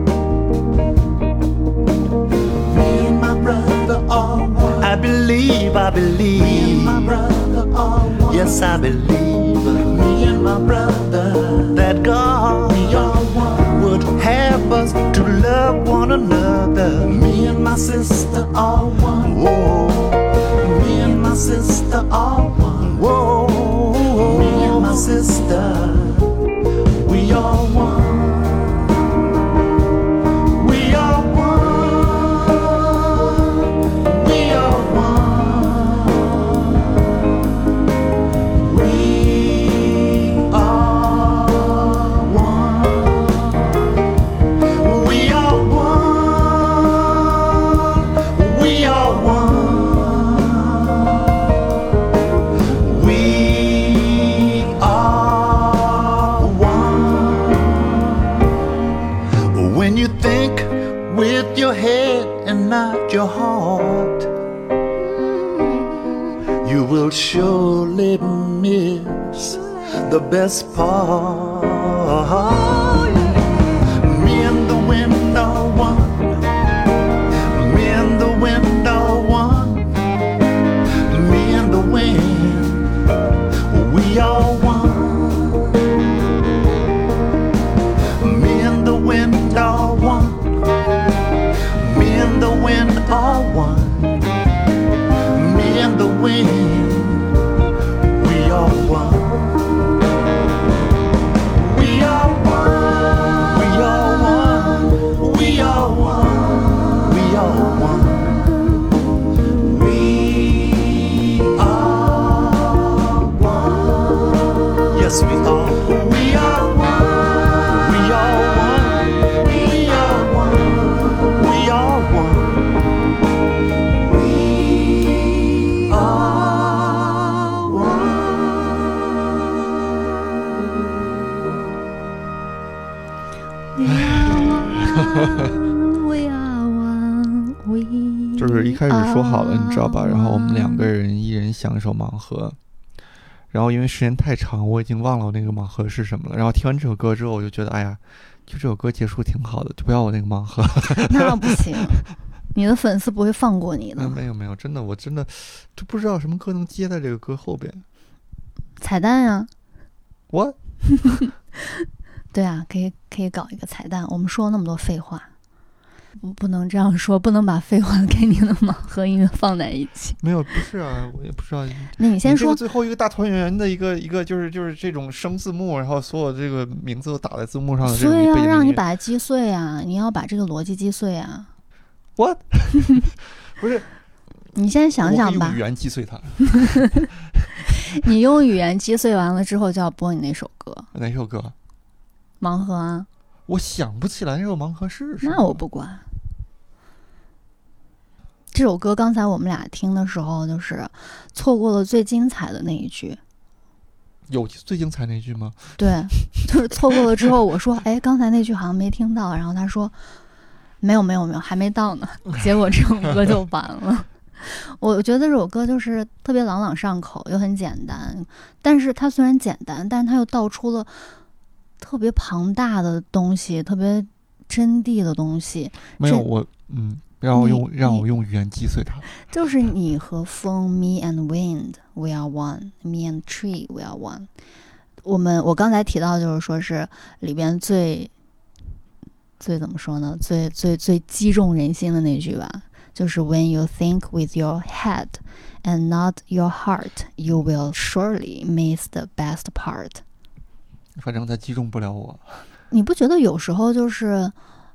Me and my brother are one. I believe. Me and my brother are one. Yes, I believe. Me and my brother, that God, we are one, would have us to love one another. Me and my sister are one. Whoa. Me and my sister are one. Whoa. Me and my sister, we are one. We are one. We are one. We are one. We are one. We are one. We are one. When you think with your head and not your heart, you will surely miss the best part. Me and the wind are one. Me and the wind are one. Me and the wind, we are one. Me and the wind are one. Me and the wind are one. Me and the wind, we are one. We are one. We are one. We are one. We are one. We are one. Yes, we are. We are one. We are one. We are one. We are one. We are one.
We are one, we
就是一开始说好了，你知道吧？然后我们2个人一人想一首盲盒，然后因为时间太长，我已经忘了我那个盲盒是什么了。然后听完这首歌之后，我就觉得，哎呀，就这首歌结束挺好的，就不要我那个盲盒。
那不行，你的粉丝不会放过你的。
没有，真的，我真的就不知道什么歌能接在这个歌后边。
彩蛋呀！
我
对啊，可以搞一个彩蛋。我们说了那么多废话，不能这样说，不能把废话跟你的盲盒音乐放在一起。
没有，不是啊，我也不知道。
那你先说
最后一个大团圆的一个就是这种生字幕，然后所有这个名字都打在字幕上的这种背景音乐。
所以要让你把它击碎啊！你要把这个逻辑击碎啊！
What？ 不是，
你先想想吧。
我用语言击碎它。
你用语言击碎完了之后，就要播你那首歌。
哪首歌？
盲盒啊。
我想不起来这个盲盒是什么。
那我不管。这首歌刚才我们俩听的时候，就是错过了最精彩的那一句。
有最精彩那句吗？
对，就是错过了之后，我说，哎，刚才那句好像没听到，然后他说，没有，还没到呢。结果这首歌就完了。我觉得这首歌就是特别朗朗上口，又很简单，但是它虽然简单，但是它又道出了特别庞大的东西，特别真谛的东西。
没有我，让我用语言击碎它。
就是你和风 ，me and wind, we are one. Me and tree, we are one. 我刚才提到就是说是里边最怎么说呢？最击中人心的那句吧，就是 When you think with your head and not your heart, you will surely miss the best part.
反正它击中不了我。
你不觉得有时候就是，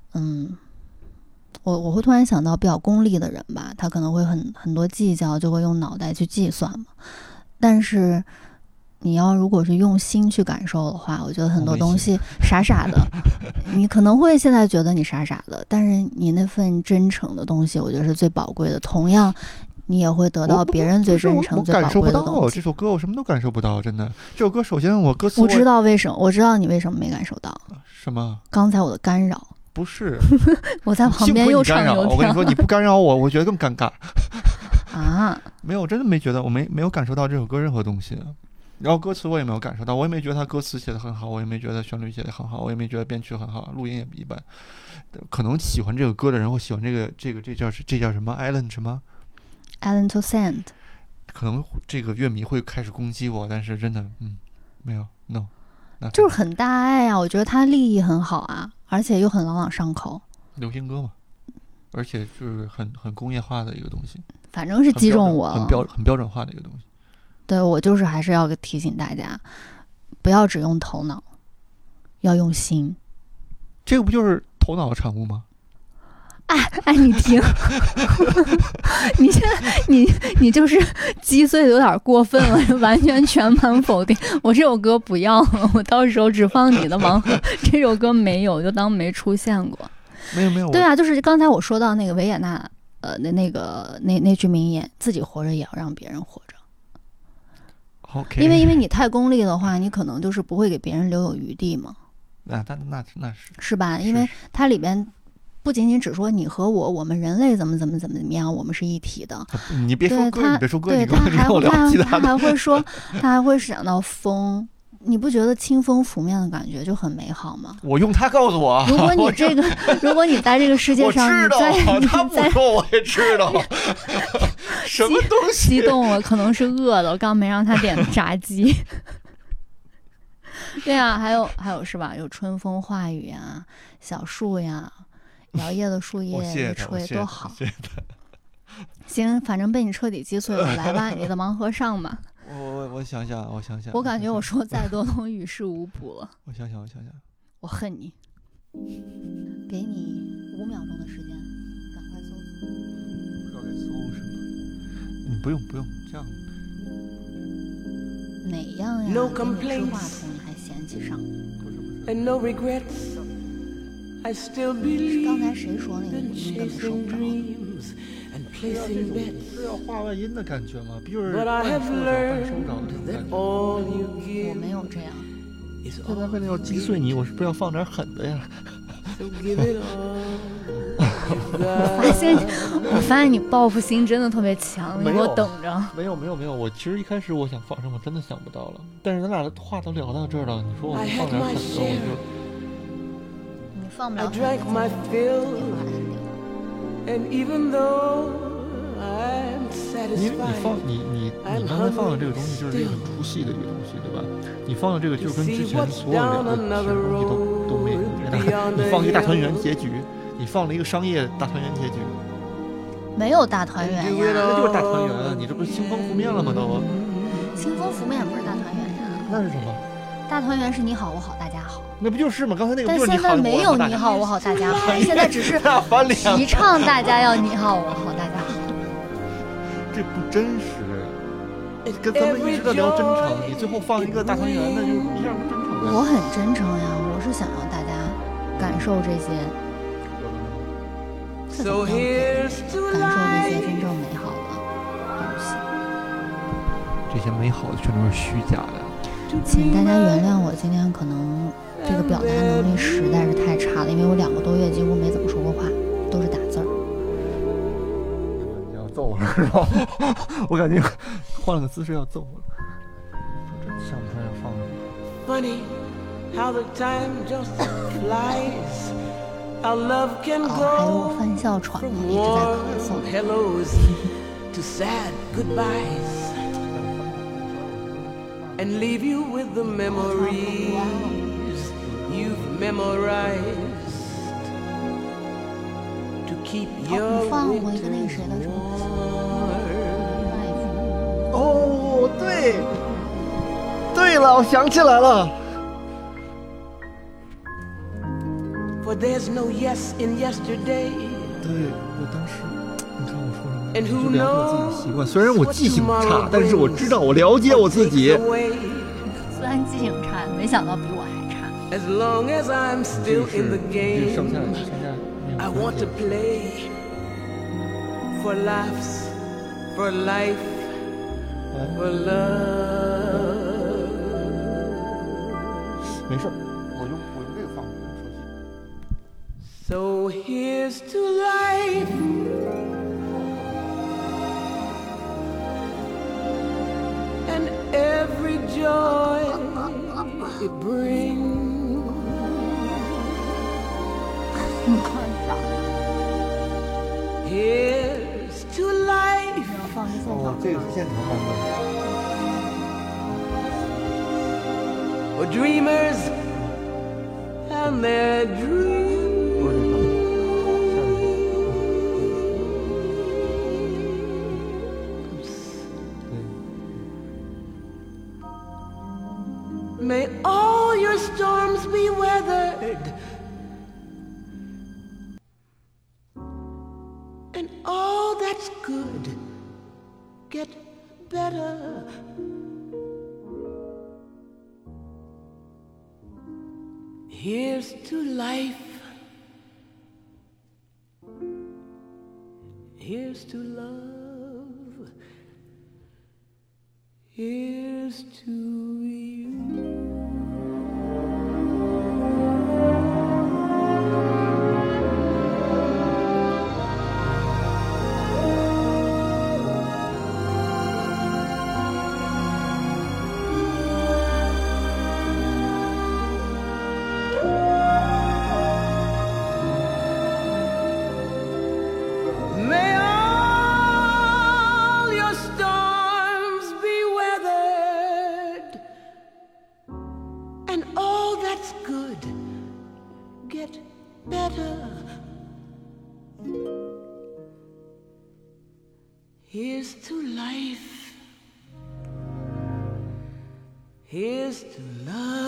我会突然想到比较功利的人吧，他可能会很多计较，就会用脑袋去计算嘛。但是你要如果是用心去感受的话，我觉得很多东西傻傻的，你可能会现在觉得你傻傻的，但是你那份真诚的东西，我觉得是最宝贵的。同样，你也会得到别人最真诚、最宝贵的东西。
这首歌我什么都感受不到，真的。这首歌首先我歌词
我知道为什么，我知道你为什么没感受到。
什么？
刚才我的干扰。
不是，
我在旁边又唱又跳。
我跟你说，你不干扰我，我觉得更尴尬。
啊，
没有，真的没觉得，我没有感受到这首歌任何东西。然后歌词我也没有感受到，我也没觉得他歌词写的很好，我也没觉得旋律写的很好，我也没觉得编曲很好，录音也一般。可能喜欢这个歌的人会喜欢这叫什么 Island 什么
Island to Sand，
可能这个乐迷会开始攻击我，但是真的没有 no，
就是很大爱啊，我觉得它立意很好啊，而且又很朗朗上口，
流行歌嘛，而且就是很工业化的一个东西，
反正是击中我了，
很标准化的一个东西。
对，我就是还是要提醒大家，不要只用头脑，要用心。
这个不就是头脑的产物吗？
哎，你听，你现在你就是击碎的有点过分了，完全全盘否定。我这首歌不要了，我到时候只放你的盲盒。这首歌没有，就当没出现过。
没有。
对啊，就是刚才我说到那个维也纳，那句名言：自己活着也要让别人活着。
Okay.
因为你太功利的话，你可能就是不会给别人留有余地嘛。
那
是吧？因为它里边不仅仅只说你和我们人类怎么样，我们是一体的。
你别说歌，
对，他还会说，他还会想到风。你不觉得清风拂面的感觉就很美好吗？
我用它告诉我，
如果你在这个世界上，
他不说我也知道，什么东西？
激动了，可能是饿了，刚没让他点炸鸡。对啊，还有是吧？有春风化雨呀，小树呀，摇曳的树叶吹，多好。行，反正被你彻底击碎了，来吧，你的盲盒上吧。
我想想，
我感觉我说再多都于事无补了。
我想想，
我恨你。给你5秒钟的时间，赶快搜索。
不知道该搜什么？你不用这样。
哪样呀？给你吃话筒你还嫌弃上？刚才谁说那个你根本受不着？
是要画外音的感觉吗？比如半收着的这种感觉。
我没有这样。
现在为了要击碎你，我是不是要放点狠的呀？
我发现你报复心真的特别强，你给我等着。
没有，我其实一开始我想放什么，真的想不到了。但是咱俩的话都聊到这儿了，你说我放点狠的，我就
你放不了狠的。
你刚才放的这个东西就是一个很出戏的一个东西，对吧？你放的这个就跟之前所有聊的这些东西都没有。你放一个大团圆结局，你放了一个商业大团圆结局，
没有大团圆呀，
那就是大团圆啊！你这不是清风拂面了吗？都
清风拂面不是大团圆呀？
那是什么？
大团圆是你好我好大家好。
那不就是吗？刚才那个不就是你好
但现在没有你好我好大家好，现在只是提倡大家要你好我好大家好。
这不真实，跟咱们一直在聊真诚，你最后放一个大团圆，那就一样不真诚。
我很真诚呀，我是想让大家感受这些，这怎么样感受这些真正美好的东西。
这些美好的全都是虚假的。
请大家原谅我今天可能这个表达能力实在是太差了，因为我2个多月几乎没怎么说过话，都是打字儿。
你要揍我了是吧？我感觉换了个姿势要揍我了。这上不上要放了。
Funny how the time just flies. Our love can
还有我
go
犯哮喘呢，一直在咳嗽。
hellos to sad goodbyes and leave you with the memories you've memorized to keep
你
your
放过一个那个
winters
谁的什么
warm.
哦，对了，我想起来了。
For there's no yes in yesterday.
对，我当时，你看我说什么？
And
就
who
了解我自己的习惯。
knows
虽然我
what
记性
tomorrow
差，但是我知道我了解我自己。
takes away.
虽然记性差，没想到比我还差。
As long as I'm
这
still
个
in the
是上下
game,
上下。
I want to play for laughs, for life, for love.
没事，我用这个放手机。
So here's to life. And every joy it brings.
你看啥？
Here's to life.
要放一现
哦，
场
这个是现场版本。
For dreamers and their dreams.
不是这个，下面。
May all your storms be weathered, and all that's good get better. Here's to life. Here's to love. Here's to you. May all your storms be weathered, and all that's good get better. Here's to life. Here's to love.